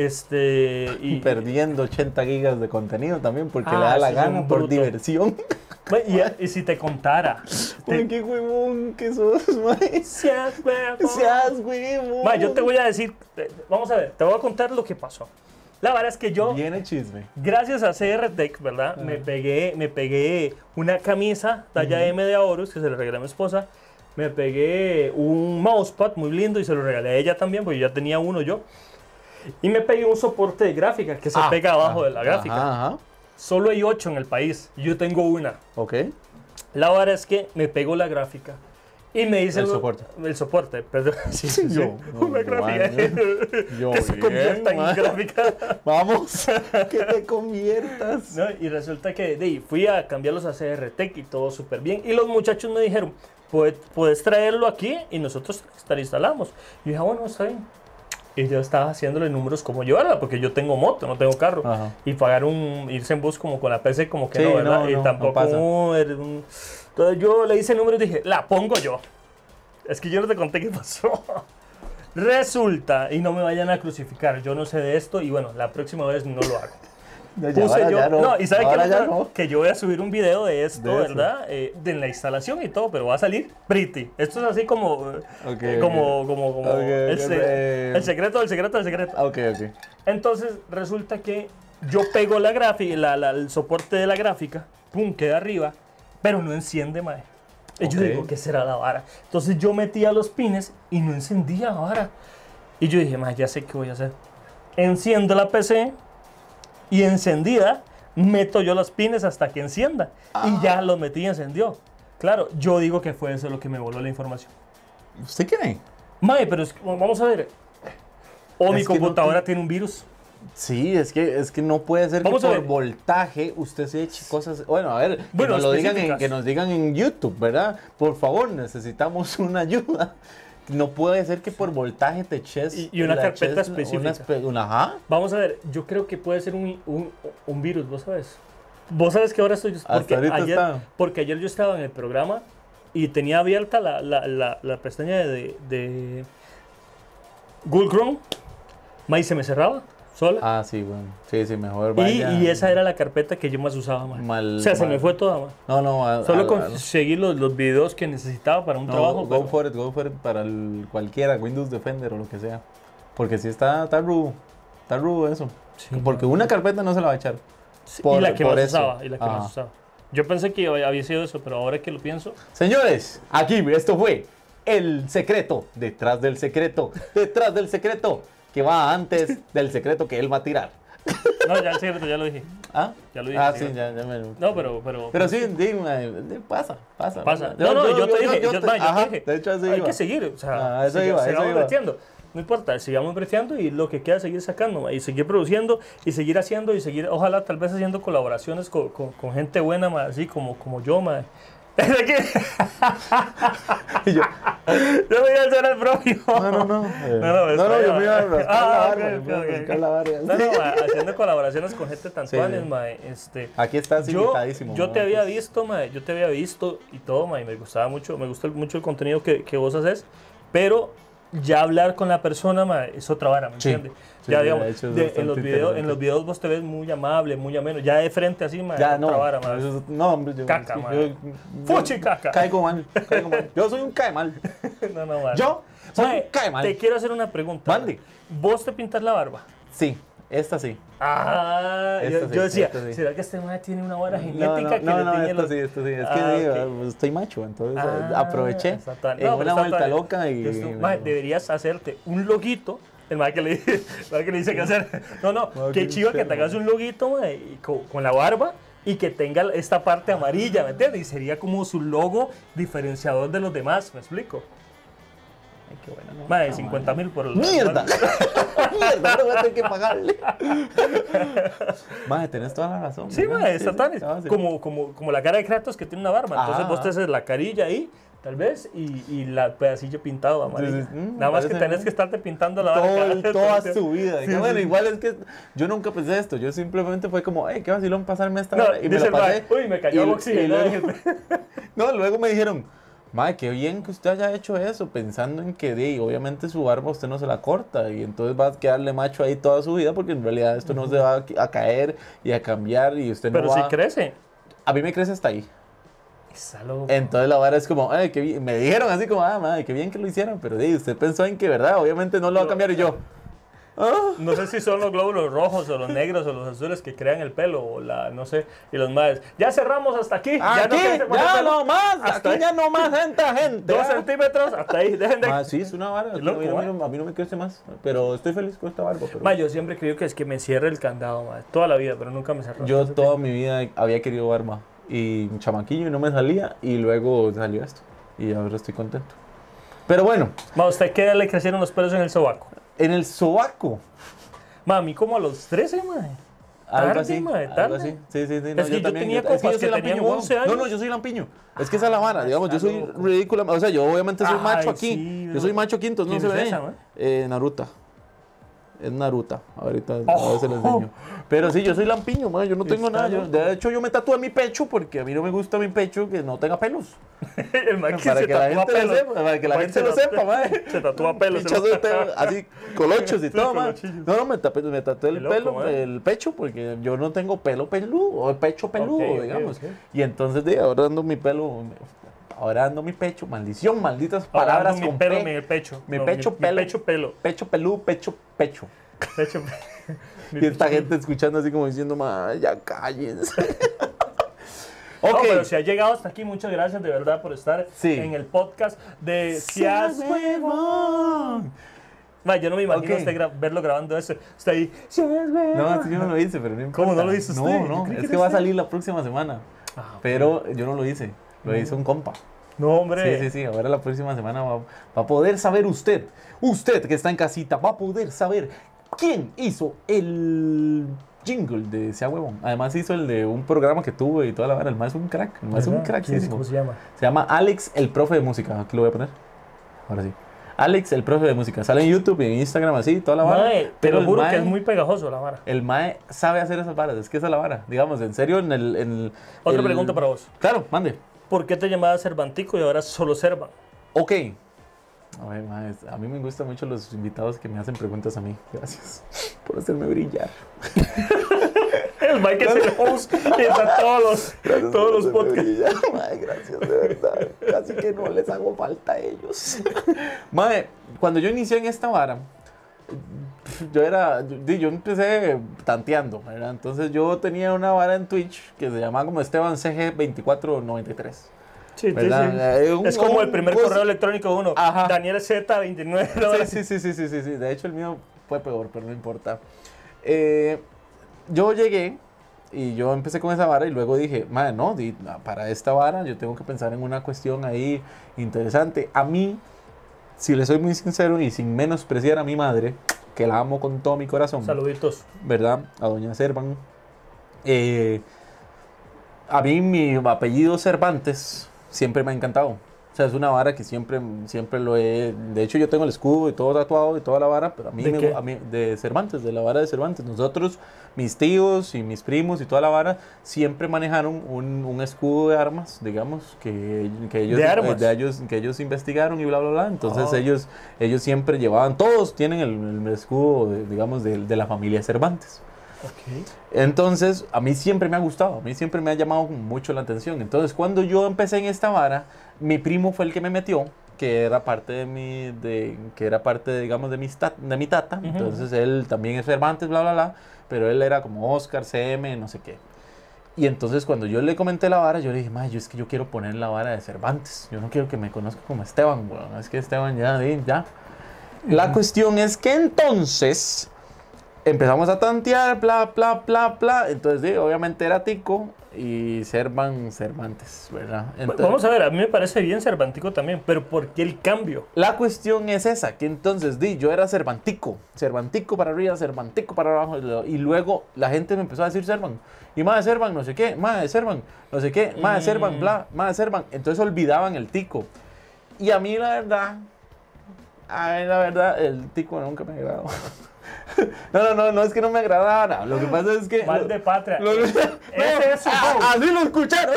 Y perdiendo 80 gigas de contenido también porque le da la gana por diversión. Y si te contara. Qué huevón que sos, mae. Seas huevón. Yo te voy a decir, vamos a ver, te voy a contar lo que pasó. La verdad es que yo, viene chisme. Gracias a CRTech, ¿verdad? Me pegué una camisa talla M de Aorus que se le regalé a mi esposa. Me pegué un mousepad muy lindo y se lo regalé a ella también, porque ya tenía uno yo. Y me pegué un soporte de gráfica que se pega abajo de la gráfica. Ajá. Solo hay 8 en el país. Yo tengo una. Ok. La verdad es que me pegó la gráfica. Y me dice... El soporte, perdón. Sí. Una gráfica. Que se convierta en gráfica. Vamos, que te conviertas. ¿No? Y resulta que fui a cambiarlos a CRTech y todo súper bien. Y los muchachos me dijeron, puedes traerlo aquí y nosotros te lo instalamos. Y dije, bueno, está bien. Y yo estaba haciéndole números como yo era, porque yo tengo moto, no tengo carro. Ajá. Y pagar irse en bus como con la PC, como que no, ¿verdad? Y tampoco entonces yo le hice números y dije, la pongo yo. Es que yo no te conté qué pasó. Resulta, y no me vayan a crucificar, yo no sé de esto y bueno, la próxima vez no lo hago. Y ¿sabe qué? Que yo voy a subir un video de esto, ¿verdad? De la instalación y todo, pero va a salir pretty. Esto es así como el secreto del secreto del secreto. Okay. Entonces resulta que yo pego la gráfica, el soporte de la gráfica, pum, queda arriba, pero no enciende, mae. Y yo digo, ¿qué será la vara? Entonces yo metía los pines y no encendía la vara. Y yo dije, mae, ya sé qué voy a hacer. Enciendo la PC. Y encendida, meto yo los pines hasta que encienda. Y ya los metí y encendió. Claro, yo digo que fue eso lo que me voló la información. ¿Usted cree? Mae, pero vamos a ver. Mi computadora tiene un virus. Sí, es que no puede ser que por voltaje usted se eche cosas... Bueno, a ver, que nos digan en YouTube, ¿verdad? Por favor, necesitamos una ayuda. No puede ser que por voltaje te eches... Y una carpeta específica. Ajá. Vamos a ver, yo creo que puede ser un virus, ¿vos sabes? Vos sabes que ahora estoy... Porque ayer yo estaba en el programa y tenía abierta la pestaña de Google Chrome, y se me cerraba. sola. Ah, sí, bueno. Sí, sí, mejor vaya. Y esa era la carpeta que yo más usaba, man. O sea, se me fue toda, man. No. Solo conseguí los videos que necesitaba para un trabajo. Go for it para cualquiera, Windows Defender o lo que sea. Porque sí está rudo. Está rudo eso. Sí, porque una carpeta no se la va a echar. Sí, y la que más usaba. Más usaba. Yo pensé que había sido eso, pero ahora que lo pienso. Señores, aquí esto fue el secreto, detrás del secreto, que va antes del secreto que él va a tirar. No, ya el secreto ya lo dije. ¿Ah? Ya lo dije. Ah, sí, ya me lo... No, pero... Pero sí, pasa. Yo te dije. De hecho, así hay iba. que seguir, o sea, Eso iba. breteando. No importa, sigamos breteando y lo que queda es seguir sacando, ma, y seguir produciendo, y seguir haciendo, y seguir, ojalá, tal vez haciendo colaboraciones con gente buena, ma, así como yo, ma. Y yo me iba a hacer el propio. No, yo me iba a rascar la barra. Haciendo colaboraciones con gente tan tuanes, ma. Aquí estás invitadísimo. Yo te había visto, ma, y todo, ma, y me gusta mucho el contenido que vos haces, pero ya hablar con la persona, ma, es otra vara, ¿me entiendes? Sí, ya digamos, en los videos vos te ves muy amable, muy ameno, ya de frente así, ma, ya es otra vara, ma. No, hombre, caca, ma. Fuchi caca. Caigo mal. Yo soy un cae mal. No, ma. Yo soy un cae mal. Te quiero hacer una pregunta. Mande. ¿Vos te pintas la barba? Sí, esta sí. Yo decía, ¿será que este ma tiene una vara genética que le tiene esto sí. Es que estoy macho, entonces aproveché en una vuelta loca y... Ma, deberías hacerte un loguito. El ma que le dice qué hacer. No, qué chido que te hagas un loguito, ma, y con la barba y que tenga esta parte amarilla, ¿me entiendes? Y sería como su logo diferenciador de los demás, ¿me explico? Ay, qué bueno. Ma, de 50,000 por el... ¡Mierda! ¡Mierda! No voy a tener que pagarle. Ma, tenés toda la razón. Sí, ma, está tan... Como la cara de Kratos que tiene una barba. Entonces vos te haces la carilla ahí, tal vez, y la pedacillo pintado amarillo. Nada más que tenés que estarte pintando la barba. Toda su vida. Bueno, igual es que yo nunca pensé esto. Yo simplemente fue como, qué vacilón pasarme esta hora. Y me la pasé. Uy, me cayó el oxígeno. No, luego me dijeron, ma, qué bien que usted haya hecho eso, pensando en que obviamente su barba usted no se la corta y entonces va a quedarle macho ahí toda su vida porque en realidad esto no se va a caer y a cambiar y usted no va... Pero si crece. A mí me crece hasta ahí. Entonces la vara es como, qué bien. Me dijeron así como, madre, qué bien que lo hicieron, pero usted pensó en que, ¿verdad? Obviamente no lo va a cambiar y yo. No sé si son los glóbulos rojos o los negros o los azules que crean el pelo o no sé, y los más. Ya cerramos hasta aquí. Ya no más, aquí ya no más gente. 2 centímetros, hasta ahí, dejen de... Sí, es una vara. A mí no me crece más, pero estoy feliz con esta barba. Ma, yo siempre creo que es que me cierre el candado, ma, toda la vida, pero nunca me cerró. Yo toda mi vida había querido barba y un chamaquillo y no me salía y luego salió esto y ahora estoy contento. Pero bueno. Ma, ¿usted qué le crecieron los pelos en el sobaco? En el sobaco. Ma, a mí como a los 13, ma. Algo así. Sí. No, es que yo tenía compas que tenían 11 años. No, yo soy lampiño. Es que esa es la vara, digamos, yo soy ridícula. O sea, yo obviamente soy macho aquí. Sí, yo soy macho aquí, entonces no se ve. Naruto. Es Naruto. Ahorita a veces les enseño. Pero sí, yo soy lampiño, man. Yo no tengo nada. De hecho, yo me tatué mi pecho porque a mí no me gusta mi pecho que no tenga pelos. Para que la gente lo sepa. Para que la gente lo sepa, man. Se tatúa pelos. Así, colochos y todo, man. No, me tatué el pelo, el pecho porque yo no tengo pelo peludo o pecho peludo, digamos. Y entonces, ahora ando mi pelo. Ahora ando mi pecho, maldición, malditas palabras con pelo en el pecho. Mi pecho, pelo. Pecho peludo, pecho. Y esta gente escuchando así como diciendo, ya cállense. Okay. No, pero si ha llegado hasta aquí, muchas gracias de verdad por estar en el podcast de Seas Huevón. Yo no me imagino verlo grabando eso. Está ahí. No, yo no lo hice, pero no importa. ¿Cómo no lo hizo usted? No, es que va a salir la próxima semana. Pero yo no lo hice. Lo hizo un compa. No, hombre. Sí. Ahora la próxima semana va a poder saber usted que está en casita, va a poder saber quién hizo el jingle de Sea Huevón. Además hizo el de un programa que tuve y toda la vara. El más es un crack. ¿Cómo se llama? Se llama Alex, el profe de música. Aquí lo voy a poner. Ahora sí. Alex, el profe de música. Sale en YouTube y en Instagram así, toda la vara. Pero juro que es muy pegajoso la vara. El mae sabe hacer esas varas. Es que esa es la vara. Digamos, en serio, Otra pregunta para vos. Claro, mande. ¿Por qué te llamabas Cervantico y ahora solo Servan? Ok. Ay, mae, a mí me gustan mucho los invitados que me hacen preguntas a mí. Gracias por hacerme brillar. El Mike es el host y está todos los podcasts. Mae, gracias, de verdad. Casi que no les hago falta a ellos. Mae, cuando yo inicié en esta vara, yo empecé tanteando, ¿verdad? Entonces yo tenía una vara en Twitch que se llamaba como Esteban CG2493. Sí, es como el primer correo electrónico de uno. Ajá. Daniel Z29. Sí. De hecho, el mío fue peor, pero no importa. Yo llegué y yo empecé con esa vara y luego dije, madre, no, para esta vara yo tengo que pensar en una cuestión ahí interesante. A mí, si le soy muy sincero y sin menospreciar a mi madre, que la amo con todo mi corazón. Saluditos. ¿Verdad? A doña Servan. A mí mi apellido Cervantes siempre me ha encantado. O sea, es una vara que siempre lo he... De hecho, yo tengo el escudo y todo tatuado y toda la vara, pero a mí de Cervantes, de la vara de Cervantes. Nosotros, mis tíos y mis primos y toda la vara, siempre manejaron un escudo de armas, digamos, que ellos investigaron y bla, bla, bla. Entonces, ellos siempre llevaban... Todos tienen el escudo, digamos, de la familia Cervantes. Okay. Entonces, a mí siempre me ha gustado, a mí siempre me ha llamado mucho la atención. Entonces, cuando yo empecé en esta vara, mi primo fue el que me metió, que era parte digamos, de mi tata. Uh-huh. Entonces, él también es Cervantes, bla, bla, bla, pero él era como Oscar, CM, no sé qué. Y entonces, cuando yo le comenté la vara, yo le dije, es que yo quiero poner la vara de Cervantes. Yo no quiero que me conozca como Esteban, bueno, es que Esteban ya. Uh-huh. La cuestión es que entonces... empezamos a tantear, bla, bla, bla, bla. Entonces, sí, obviamente era Tico y Cervantes, ¿verdad? Entonces, vamos a ver, a mí me parece bien Cervantico también, pero ¿por qué el cambio? La cuestión es esa, que entonces yo era Cervantico para arriba, Cervantico para abajo, y luego la gente me empezó a decir Servan. Y más de Servan, no sé qué, más de Servan, no sé qué, más de Servan, bla, más de Servan. Entonces olvidaban el Tico. Y a mí la verdad, el Tico nunca me agradó. No, es que no me agradara. Lo que pasa es que... Mal de patria. Ese es su así lo escucharon.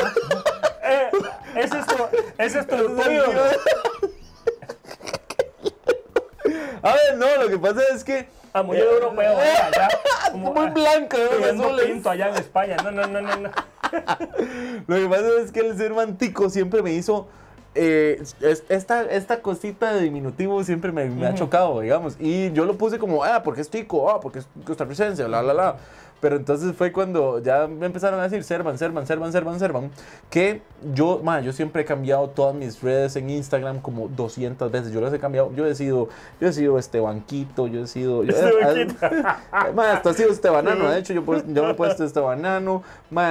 Ese es tu apoyo. A ver, no, lo que pasa es que... muy europeo, allá. Muy blanco, pinto allá en España. No. Lo que pasa es que el Cervantico siempre me hizo... esta cosita de diminutivo siempre me ha chocado, digamos. Y yo lo puse como, porque es tico, porque es costarricense, bla, bla, bla. Pero entonces fue cuando ya me empezaron a decir Servan, que yo siempre he cambiado todas mis redes en Instagram como 200 veces. Yo las he cambiado. Yo he sido Estebanquito, yo he sido... Esto ha sido Estebanano, de hecho, yo me he puesto Estebanano,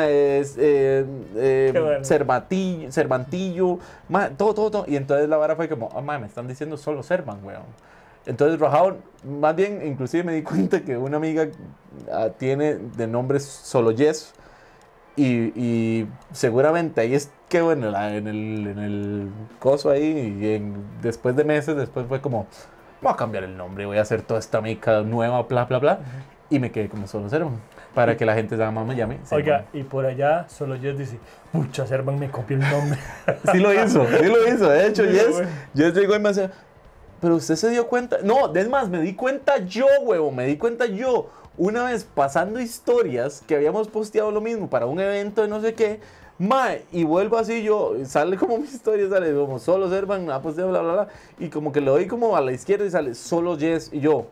Cervantillo, todo. Y entonces la vara fue como, me están diciendo solo Servan, weón. Entonces, rajado, más bien, inclusive me di cuenta que una amiga tiene de nombre solo Yes. Y seguramente ahí es que, bueno, en el coso ahí, y después de meses, después fue como, voy a cambiar el nombre, voy a hacer toda esta mica nueva, bla, bla, bla. Y me quedé como solo Servan, para que la gente nada más me llame Servan. Oiga, y por allá solo Yes dice, pucha, Servan me copió el nombre. Sí lo hizo, de hecho, Yes llegó y me decía, pero usted se dio cuenta. No, es más, me di cuenta yo. Una vez pasando historias que habíamos posteado lo mismo para un evento de no sé qué. Y vuelvo así sale como mi historia, sale como solo Servan, ha posteado bla, bla, bla. Y como que lo doy como a la izquierda y sale solo Yes. Y yo,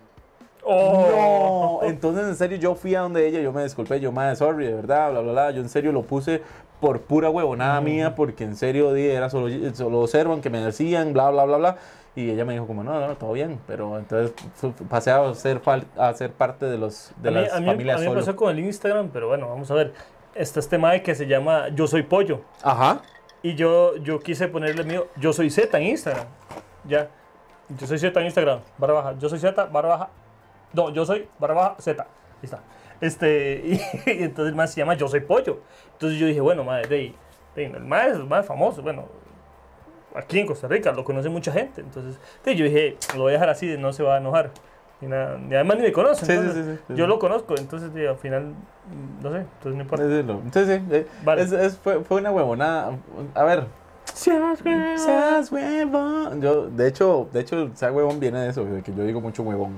no. Entonces, en serio, yo fui a donde ella, yo me disculpé, sorry, de verdad, bla, bla, bla. Yo en serio lo puse por pura huevonada mía, porque en serio era solo Servan que me decían, bla, bla, bla, bla. Y ella me dijo como, no, todo bien. Pero entonces pasé a ser parte de las familias solo. A mí me pasó con el Instagram, pero bueno, vamos a ver. Está este mae que se llama Yo Soy Pollo. Ajá. Y yo quise ponerle mío, Yo Soy Z en Instagram. Ya. Yo soy Z en Instagram, _. Yo soy Z, _. No, yo soy _ Z. Ahí está. Y entonces el mae se llama Yo Soy Pollo. Entonces yo dije, bueno, mae, el mae es más famoso. Bueno, aquí en Costa Rica lo conoce mucha gente. Entonces yo dije, lo voy a dejar así, no se va a enojar. Y además ni me conoce. Sí. Yo lo conozco, entonces al final, no sé, entonces no importa. Entonces, vale. Fue una huevonada. A ver, Seas huevón. Yo, de hecho, seas huevón viene de eso, de que yo digo mucho huevón.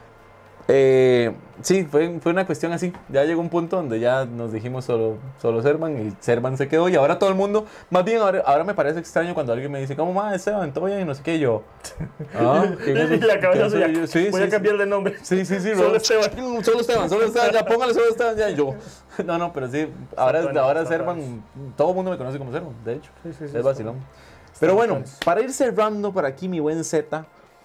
Sí, fue una cuestión así. Ya llegó un punto donde ya nos dijimos solo Servan y Servan se quedó. Y ahora todo el mundo, más bien ahora me parece extraño cuando alguien me dice, ¿cómo más Servan? Todo bien y no sé qué. Y yo, y la cabeza suya, voy a cambiar de nombre. Sí. Solo Esteban. Solo Esteban, ya póngale solo Esteban. Ya, y yo, no, pero sí, ahora Servan, todo el mundo me conoce como Servan, de hecho. Sí, es vacilón. Pero bueno, para ir cerrando por aquí, mi buen Z,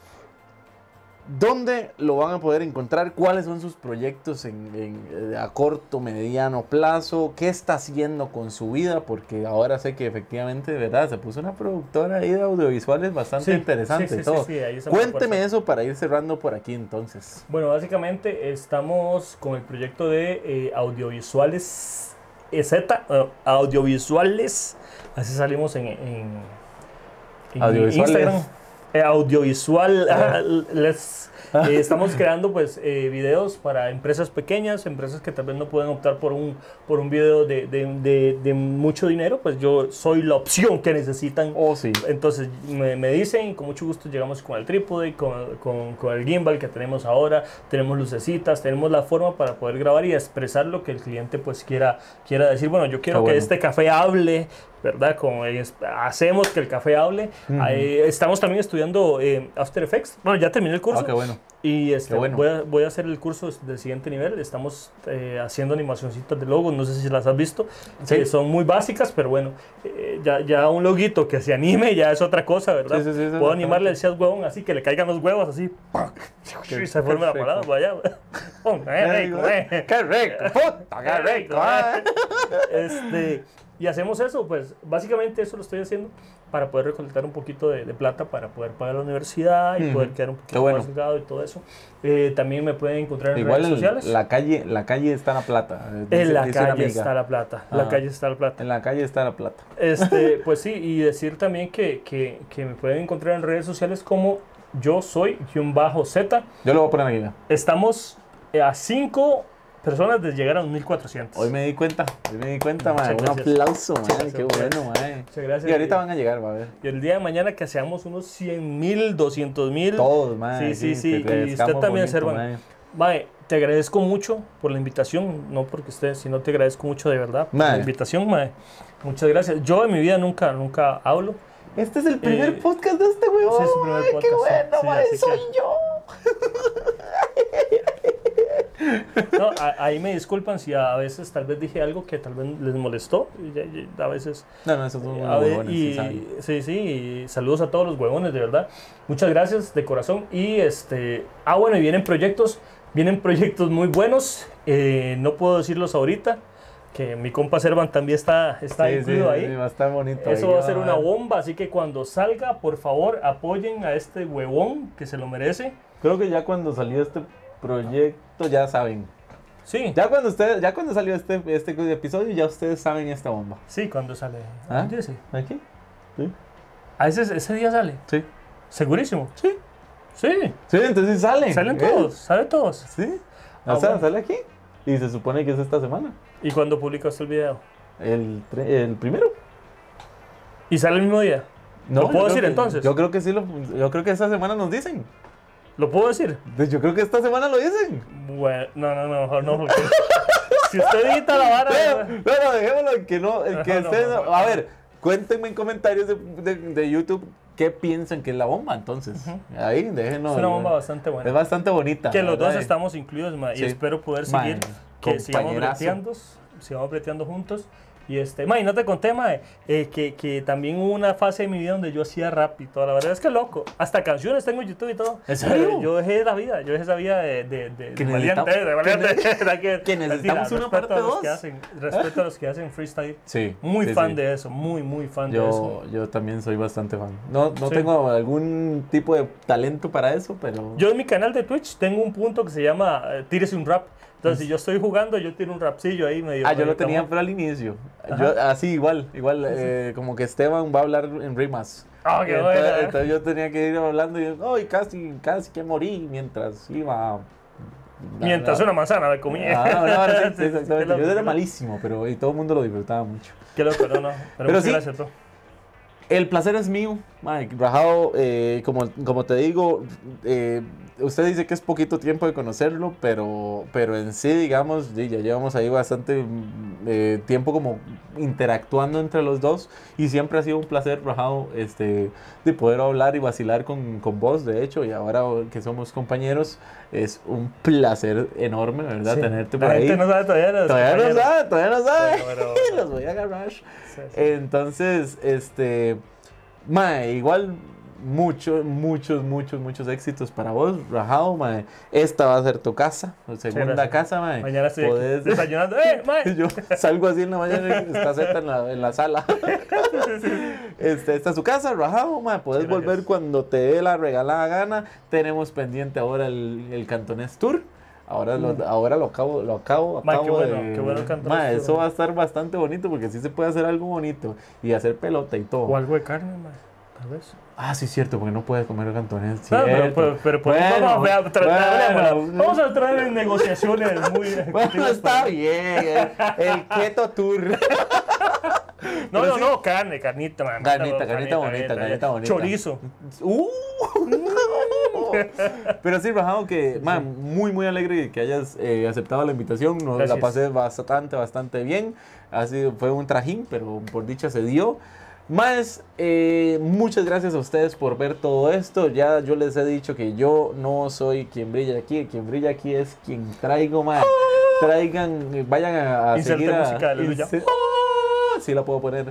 ¿dónde lo van a poder encontrar? ¿Cuáles son sus proyectos a corto, mediano plazo? ¿Qué está haciendo con su vida? Porque ahora sé que efectivamente, de verdad, se puso una productora ahí de audiovisuales bastante interesante. Ahí Cuénteme eso para ir cerrando por aquí entonces. Bueno, básicamente estamos con el proyecto de audiovisuales audiovisuales. Así salimos en Instagram. Audiovisual. Estamos creando pues videos para empresas pequeñas, empresas que tal vez no pueden optar por un video de mucho dinero. Pues yo soy la opción que necesitan. Sí. Entonces me dicen, y con mucho gusto llegamos con el trípode, con el gimbal que tenemos ahora, tenemos lucecitas, tenemos la forma para poder grabar y expresar lo que el cliente pues quiera decir. Bueno, yo quiero que este café hable, ¿verdad? Hacemos que el café hable. Estamos también estudiando After Effects. Bueno, ya terminé el curso. Qué bueno. Y voy a hacer el curso del siguiente nivel. Estamos haciendo animacioncitas de logos. No sé si las has visto. Sí. Son muy básicas, pero bueno, ya un loguito que se anime ya es otra cosa, ¿verdad? Sí, Puedo animarle el seas huevón así, que le caigan los huevos así. Y se forme la palabra. Vaya. ¡Qué rico! ¡Puta, qué rico! Y hacemos eso, pues básicamente eso lo estoy haciendo para poder recolectar un poquito de plata para poder pagar la universidad y poder quedar un poquito más delgado y todo eso. También me pueden encontrar en redes sociales. La calle está la plata. En la calle está la plata. La calle está la plata. En la calle está la plata. Pues sí, y decir también que me pueden encontrar en redes sociales como yo soy _Z. Yo lo voy a poner aquí. Estamos a 5 personas de llegar a 1400. Hoy me di cuenta, man. Un aplauso, man. Qué bueno, man. Muchas gracias. Y ahorita van a llegar, va a ver. Y el día de mañana que seamos unos 100,000, 200,000. Todos, man. Sí. Y usted también, Servan. Mae, te agradezco mucho por la invitación. No porque usted, sino te agradezco mucho de verdad por la invitación, mae. Muchas gracias. Yo en mi vida nunca hablo. Este es el primer podcast de este huevón. Sí, es el primer podcast. Qué bueno, sí, mae. Soy yo. No, ahí me disculpan si a veces tal vez dije algo que tal vez les molestó. Y a veces. No, esos son unos huevones. Sí, y saludos a todos los huevones, de verdad. Muchas gracias de corazón. Y bueno, y vienen proyectos muy buenos. No puedo decirlos ahorita. Que mi compa Servan también está incluido ahí. Sí, va a estar bonito. Eso va a ser una bomba, así que cuando salga, por favor, apoyen a este huevón que se lo merece. Creo que ya cuando salió este proyecto, ya saben. Sí. Ya cuando salió este episodio, ya ustedes saben esta bomba. Sí, cuando sale. ¿Ah? Sí. ¿Aquí? Sí. ¿Ese día sale? Sí. ¿Segurísimo? Sí. Sí. Sí, entonces salen. Salen todos, salen todos. Sí. Bueno. Sale aquí. Y se supone que es esta semana. ¿Y cuándo publicaste el video? El primero. ¿Y sale el mismo día? No, ¿Lo puedo decir entonces? Yo creo que sí, yo creo que esta semana nos dicen. ¿Lo puedo decir? Yo creo que esta semana lo dicen. Bueno, mejor no, porque si usted edita la vara... No, dejémoslo en que no, a ver, cuéntenme en comentarios de YouTube qué piensan que es la bomba, entonces. Ahí, déjenos. Es una bomba bastante buena. Es bastante bonita. Que los dos estamos incluidos, y espero poder seguir, que sigamos breteando juntos. Y no te conté, que también hubo una fase de mi vida donde yo hacía rap y todo. La verdad es que loco. Hasta canciones tengo en YouTube y todo. ¿En serio? Yo dejé esa vida de valiente. Que necesitamos una parte 2. Respeto a los que hacen freestyle. Sí. Muy fan de eso, muy fan de eso. Yo también soy bastante fan. No tengo algún tipo de talento para eso, pero... Yo en mi canal de Twitch tengo un punto que se llama Tírese un rap. Entonces, si yo estoy jugando, yo tiro un rapcillo ahí medio... yo lo tenía pero al inicio. Así, igual. Como que Esteban va a hablar en rimas. Qué bueno. Entonces yo tenía que ir hablando y casi que morí mientras iba... Mientras una manzana me comía. Sí, exactamente. Yo era malísimo, pero todo el mundo lo disfrutaba mucho. Qué loco, no. Pero muchas sí, gracias, bro. El placer es mío, Mike. Rajado, como te digo, usted dice que es poquito tiempo de conocerlo, pero en sí, digamos, ya llevamos ahí bastante tiempo como interactuando entre los dos y siempre ha sido un placer, Rajado, de poder hablar y vacilar con vos, de hecho, y ahora que somos compañeros, es un placer enorme, ¿verdad? Sí. Tenerte por ahí. La gente no sabe todavía no sabe. Pero... Los voy a agarrar. Sí. Entonces, mae, igual muchos éxitos para vos, Rajado, mae. Esta va a ser tu casa, tu segunda casa, mae. Mañana estoy desayunando, mae. Yo salgo así en la mañana y está Zeta en la sala. Esta es su casa, Rajado, mae. Podés volver cuando te dé la regalada gana. Tenemos pendiente ahora el Cantonés Tour. Ahora lo acabo qué bueno el Cantonés Tour. Eso va a estar bastante bonito porque sí se puede hacer algo bonito y hacer pelota y todo. O algo de carne, mae. Tal vez. Ah, sí, cierto, porque no puede comer cantonés. Pero vamos a entrar en negociaciones muy... Bueno, está bien. El Keto Tour. No, carnita, man. Carnita bonita. Chorizo. Pero sí, Rajado, que, man, muy alegre que hayas aceptado la invitación. La pasé bastante bien. Fue un trajín, pero por dicha se dio. Más, muchas gracias a ustedes por ver todo esto. Ya yo les he dicho que yo no soy quien brilla aquí. Quien brilla aquí es quien traigo, más. Vayan a seguir a... música de Aleluya. Sí la puedo poner.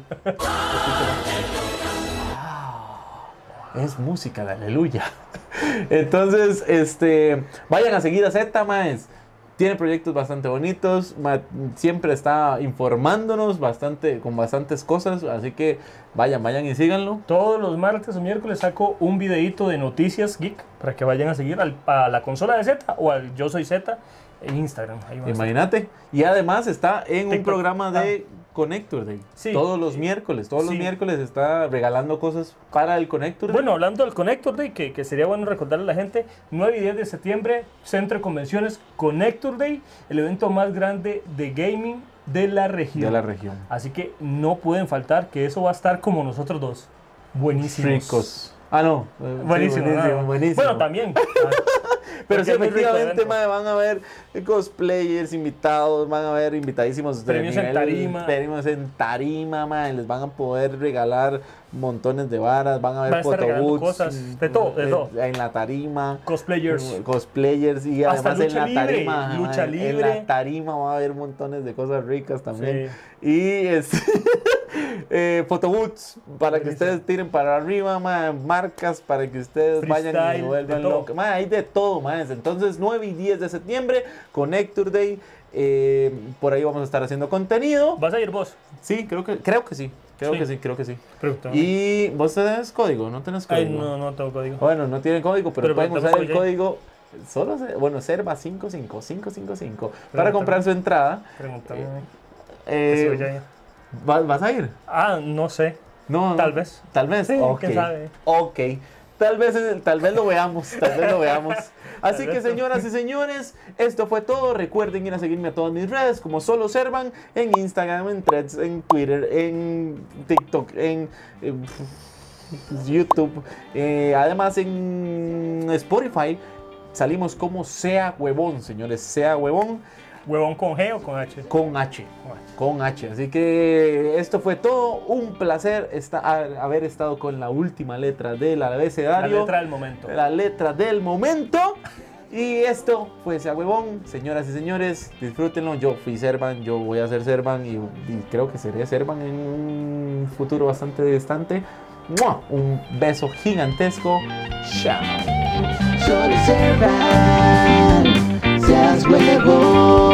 Es música de Aleluya. Entonces, vayan a seguir a Zeta, más. Tiene proyectos bastante bonitos, siempre está informándonos con bastantes cosas, así que vayan y síganlo. Todos los martes o miércoles saco un videito de noticias geek para que vayan a seguir a la consola de Zeta o al Yo Soy Zeta en Instagram. Imagínate. Y además está en TikTok. Un programa de Connector Day. Sí. Todos los miércoles está regalando cosas para el Connector Day. Bueno, hablando del Connector Day, que sería bueno recordarle a la gente, 9 y 10 de septiembre, Centro de Convenciones Connector Day, el evento más grande de gaming de la región. Así que no pueden faltar, que eso va a estar como nosotros dos. Buenísimos. Ricos. No. Buenísimo. Buenísimo. Bueno, también. Pero sí, efectivamente, van a haber cosplayers invitados, van a haber invitadísimos. Premios en tarima. Premios en tarima, les van a poder regalar montones de varas, van a haber photobooths. Cosas, de todo. En la tarima. Cosplayers. Y además en la tarima. Lucha libre. En la tarima va a haber montones de cosas ricas también. Sí. Y photobooths para que ustedes tiren para arriba, marcas para que ustedes vayan y vuelvan locos. Hay de todo, entonces 9 y 10 de septiembre, Connector Day, por ahí vamos a estar haciendo contenido. ¿Vas a ir vos? Sí, creo que sí. Creo que sí. Pregúntame. ¿Y vos tenés código? ¿No tenés código? No tengo código. Bueno, no tienen código, pero pueden usar el código. Serva 55555 para comprar su entrada. Pregúntame. ¿Vas a ir? No sé. No, tal vez. Sí, ¿quién sabe? Ok. Tal vez lo veamos. Así que, señoras y señores, esto fue todo. Recuerden ir a seguirme a todas mis redes como Solo Servan, en Instagram, en Threads, en Twitter, en TikTok, en YouTube. Además, en Spotify salimos como Sea Huevón, señores. Sea Huevón. ¿Huevón con G o con H? Con H. Así que esto fue todo. Un placer haber estado con la última letra del abecedario. La letra del momento. La letra del momento. Y esto fue Sea Huevón. Señoras y señores, disfrútenlo. Yo fui Servan, yo voy a ser Servan y creo que seré Servan en un futuro bastante distante. ¡Mua! Un beso gigantesco. Chao. Solo Servan, seas huevón.